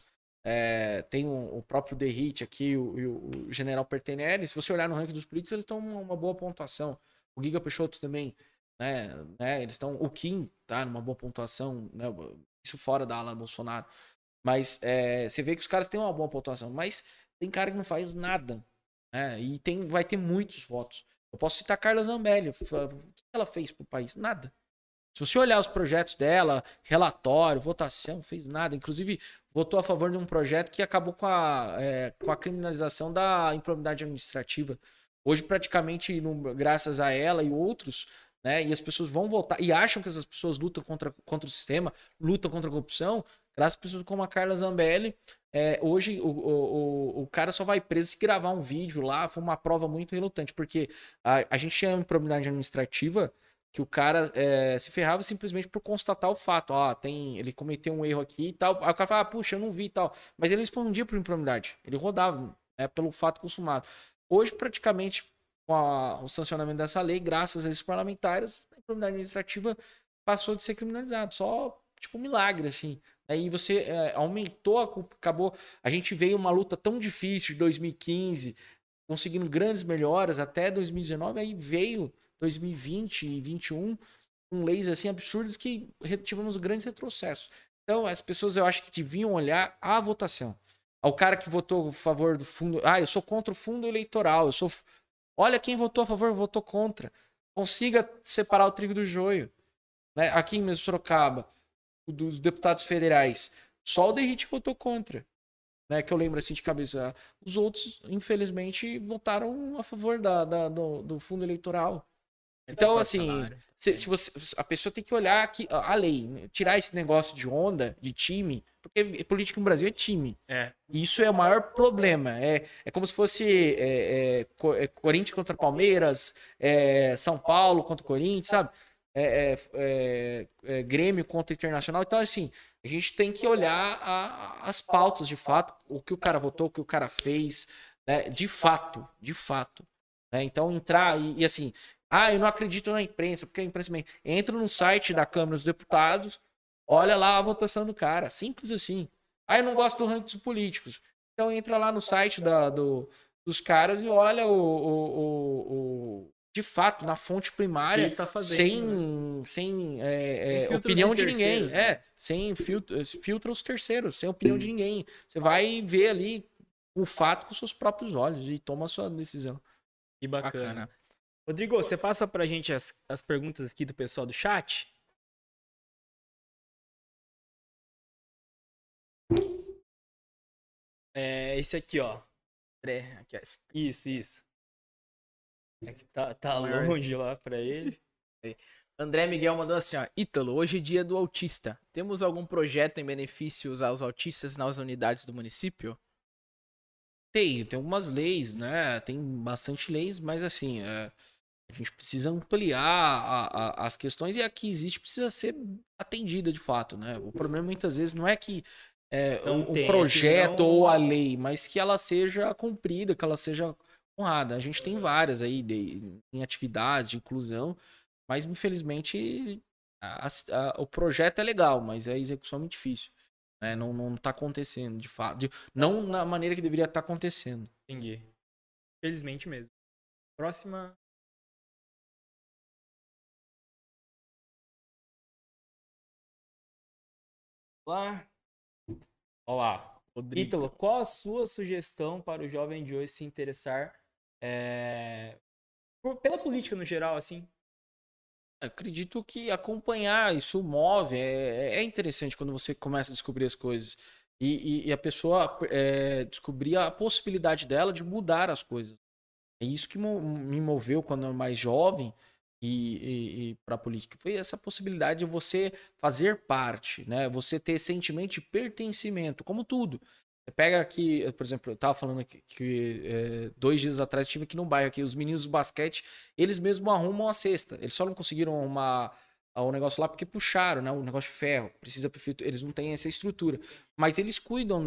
tem o próprio Derrite aqui, o General Pertenelli. Se você olhar no ranking dos políticos, eles estão uma boa pontuação. O Giga Peixoto também, né? Eles estão... O Kim tá numa boa pontuação, né? Isso fora da ala Bolsonaro. Mas você vê que os caras têm uma boa pontuação. Mas tem cara que não faz nada, né? E vai ter muitos votos. Eu posso citar a Carla Zambelli. O que ela fez pro país? Nada. Se você olhar os projetos dela, relatório, votação, não fez nada. Inclusive, votou a favor de um projeto que acabou com a criminalização da improbidade administrativa. Hoje, praticamente, graças a ela e outros, né, e as pessoas vão votar e acham que essas pessoas lutam contra o sistema, lutam contra a corrupção, graças a pessoas como a Carla Zambelli. Hoje o cara só vai preso se gravar um vídeo lá. Foi uma prova muito relutante, porque a gente tinha uma improbidade administrativa que o cara se ferrava simplesmente por constatar o fato. Ele cometeu um erro aqui e tal. Aí o cara fala, puxa, eu não vi e tal. Mas ele respondia por improbidade. Ele rodava pelo fato consumado. Hoje, praticamente, com o sancionamento dessa lei, graças a esses parlamentares, a improbidade administrativa passou de ser criminalizado. Só, tipo, um milagre, assim. Aí você aumentou, acabou. A gente veio uma luta tão difícil de 2015, conseguindo grandes melhoras até 2019, aí veio 2020 e 2021 com leis assim absurdas que tivemos grandes retrocessos. Então, as pessoas eu acho que deviam olhar a votação. Ao cara que votou a favor do fundo, eu sou contra o fundo eleitoral, olha quem votou a favor, votou contra. Consiga separar o trigo do joio, né? Aqui em Sorocaba, dos deputados federais, só o Derrite votou contra, né? Que eu lembro assim de cabeça. Os outros, infelizmente, votaram a favor do fundo eleitoral. Então, assim, a pessoa tem que olhar aqui, a lei, né? Tirar esse negócio de onda, de time, porque política no Brasil é time. E isso é o maior problema. É como se fosse Corinthians contra Palmeiras, São Paulo contra Corinthians, sabe? Grêmio contra Internacional. Então, assim, a gente tem que olhar as pautas de fato, o que o cara votou, o que o cara fez, né? De fato. Né? Então, entrar e assim. Eu não acredito na imprensa, porque a imprensa entra no site da Câmara dos Deputados, olha lá a votação do cara. Simples assim. Eu não gosto do ranking dos políticos. Então entra lá no site dos caras e olha de fato, na fonte primária, tá fazendo, sem opinião de ninguém. Né? Sem filtra os terceiros, sem opinião de ninguém. Você vai ver ali o fato com seus próprios olhos e toma a sua decisão. Que bacana. Rodrigo, você passa pra gente as perguntas aqui do pessoal do chat? Esse aqui, ó. Isso. É que tá longe lá pra ele. André Miguel mandou assim, ó. Ítalo, hoje é dia do autista. Temos algum projeto em benefícios aos autistas nas unidades do município? Tem algumas leis, né? Tem bastante leis, mas assim, a gente precisa ampliar as questões e a que existe precisa ser atendida de fato, né? O problema muitas vezes não é que o projeto ou a lei, mas que ela seja cumprida, que ela seja honrada. A gente tem várias aí em atividades de inclusão, mas infelizmente o projeto é legal, mas a execução é muito difícil. Né? Não tá acontecendo, de fato. Não na maneira que deveria estar acontecendo. Entendi. Felizmente mesmo. Próxima. Olá. Olá. Rodrigo. Ítalo, qual a sua sugestão para o jovem de hoje se interessar pela política no geral, assim? Acredito que acompanhar isso move, é interessante quando você começa a descobrir as coisas. E a pessoa descobrir a possibilidade dela de mudar as coisas. É isso que me moveu quando eu era mais jovem e para a política. Foi essa possibilidade de você fazer parte, né? Você ter sentimento de pertencimento, como tudo. Você pega aqui, por exemplo, eu tava falando que 2 dias atrás eu estive aqui no bairro, aqui, os meninos do basquete, eles mesmos arrumam a cesta. Eles só não conseguiram arrumar o negócio lá porque puxaram, né? O negócio de ferro. Precisa, eles não têm essa estrutura. Mas eles cuidam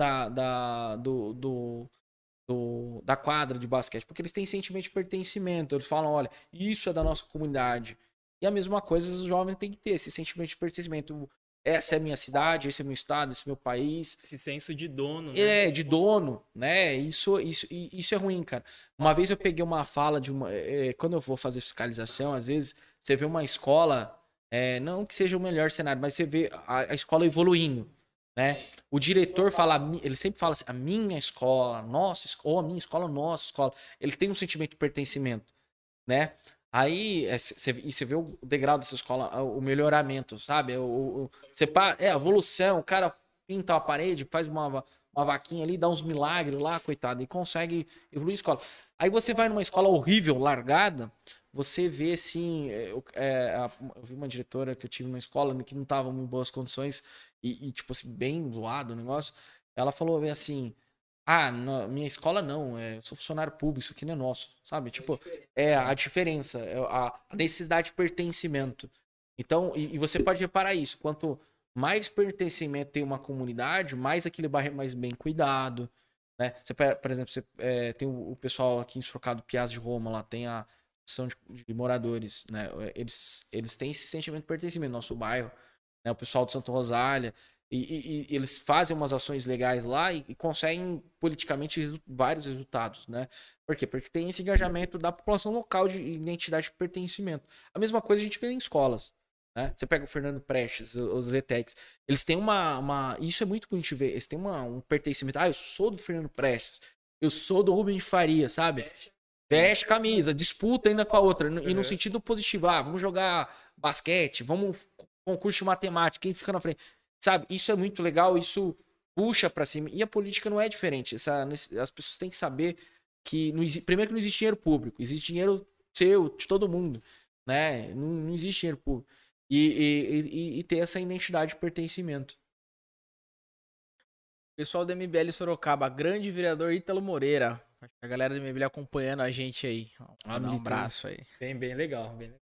da quadra de basquete, porque eles têm sentimento de pertencimento. Eles falam, olha, isso é da nossa comunidade. E a mesma coisa os jovens têm que ter, esse sentimento de pertencimento. Essa é a minha cidade, esse é meu estado, esse é meu país. Esse senso de dono, né? De dono, né? Isso é ruim, cara. Uma vez eu peguei uma fala de uma... quando eu vou fazer fiscalização, às vezes você vê uma escola, não que seja o melhor cenário, mas você vê a escola evoluindo, né? O diretor fala, ele sempre fala assim, a minha escola, nossa escola, ou a minha escola, nossa escola. Ele tem um sentimento de pertencimento, né? Aí você vê o degrau dessa escola, o melhoramento, sabe? A evolução, o cara pinta a parede, faz uma vaquinha ali, dá uns milagres lá, coitado, e consegue evoluir a escola. Aí você vai numa escola horrível, largada, você vê assim. Eu vi uma diretora que eu tive na escola que não estava em boas condições e tipo assim, bem zoado o negócio. Ela falou assim. Na minha escola não, eu sou funcionário público, isso aqui não é nosso, sabe? Tipo, a diferença, a necessidade de pertencimento. Então, e você pode reparar isso, quanto mais pertencimento tem uma comunidade, mais aquele bairro é mais bem cuidado, né? Você, por exemplo, você tem o pessoal aqui em Sorocaba, Piaz de Roma, lá tem são de moradores, né? Eles têm esse sentimento de pertencimento no nosso bairro, né? O pessoal de Santo Rosália, e eles fazem umas ações legais lá e conseguem politicamente vários resultados, né? Por quê? Porque tem esse engajamento da população local de identidade de pertencimento. A mesma coisa a gente vê em escolas, né? Você pega o Fernando Prestes, os ETECs, eles têm isso é muito bonito de ver, eles têm um pertencimento. Eu sou do Fernando Prestes, eu sou do Rubem de Faria, sabe? Veste camisa, disputa ainda com a outra. E no sentido positivo, vamos jogar basquete, vamos concurso de matemática, quem fica na frente. Sabe, isso é muito legal, isso puxa pra cima. E a política não é diferente. As pessoas têm que saber que, primeiro que não existe dinheiro público, existe dinheiro seu, de todo mundo, né? Não existe dinheiro público. E ter essa identidade de pertencimento. Pessoal do MBL Sorocaba, grande vereador Ítalo Moreira. A galera do MBL acompanhando a gente aí. Dá um abraço aí. Bem legal, bem legal.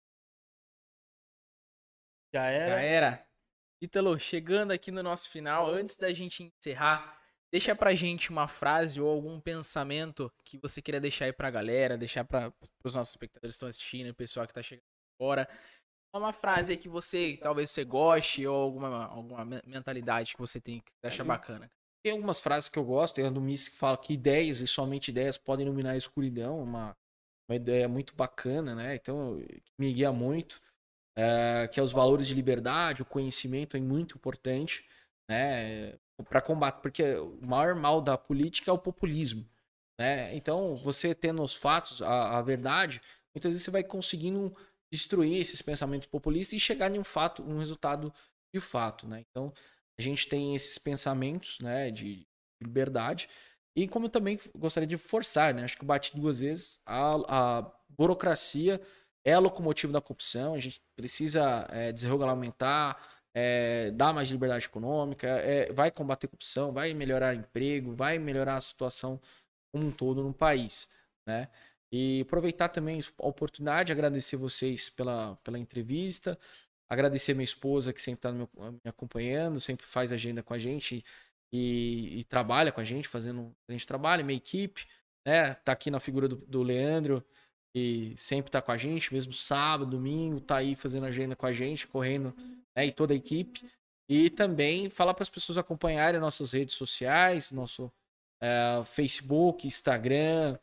Já Já era. Ítalo, chegando aqui no nosso final, antes da gente encerrar, deixa pra gente uma frase ou algum pensamento que você queria deixar aí pra galera, deixar para os nossos espectadores que estão assistindo, o pessoal que tá chegando agora. Uma frase aí que talvez você goste ou alguma mentalidade que você tem que você acha bacana. Tem algumas frases que eu gosto, tem a do Mises que fala que ideias e somente ideias podem iluminar a escuridão, uma ideia muito bacana, né? Então, me guia muito, que é os valores de liberdade, o conhecimento é muito importante, né? Para combater, porque o maior mal da política é o populismo, né? Então, você tendo os fatos, a verdade, muitas vezes você vai conseguindo destruir esses pensamentos populistas e chegar em um resultado de fato, né? Então, a gente tem esses pensamentos, né, de liberdade. E como eu também gostaria de forçar, né? Acho que eu bati duas vezes. A burocracia é a locomotiva da corrupção. A gente precisa desregulamentar, dar mais liberdade econômica, vai combater a corrupção, vai melhorar o emprego, vai melhorar a situação como um todo no país, né? E aproveitar também a oportunidade, agradecer vocês pela entrevista, agradecer minha esposa que sempre está me acompanhando, sempre faz agenda com a gente e trabalha com a gente, a gente trabalha, minha equipe, né? Tá aqui na figura do Leandro, e sempre tá com a gente, mesmo sábado, domingo, tá aí fazendo agenda com a gente, correndo, né? E toda a equipe. E também falar para as pessoas acompanharem nossas redes sociais, nosso Facebook, Instagram,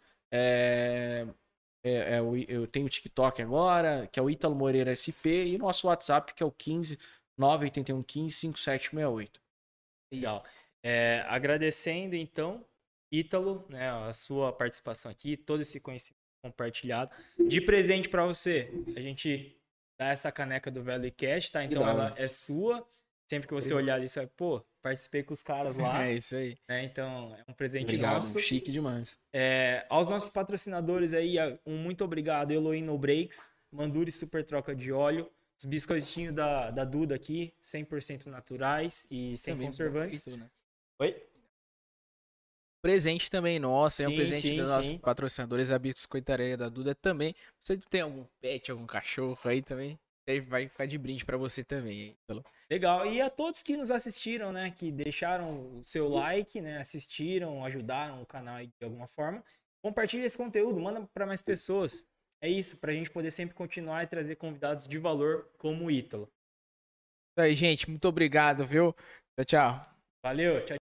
eu tenho o TikTok agora, que é o Ítalo Moreira SP, e o nosso WhatsApp, que é o 15 981 15 5768. Legal. Agradecendo, então, Ítalo, né, a sua participação aqui, todo esse conhecimento compartilhado. De presente para você, a gente dá essa caneca do Valley Cash, tá? Então ela é sua. Sempre que você olhar ali, você vai, participei com os caras lá. É isso aí. Né? Então, é um presente Obrigado, nosso. Chique demais. Aos nossos patrocinadores aí, um muito obrigado, Elohim No Breaks, Manduri Super Troca de Óleo, os biscoitinhos da Duda aqui, 100% naturais e sem conservantes. Feito, né? Oi? Presente também nosso, é um presente sim, dos nossos sim. patrocinadores, a Biscoitaria da Duda também. Você tem algum pet, algum cachorro aí também? Vai ficar de brinde pra você também. Legal. E a todos que nos assistiram, né? Que deixaram o seu like, né? Assistiram, ajudaram o canal aí de alguma forma. Compartilhe esse conteúdo, manda para mais pessoas. É isso, pra gente poder sempre continuar e trazer convidados de valor como o Ítalo. Isso aí, gente. Muito obrigado, viu? Tchau, tchau. Valeu, tchau.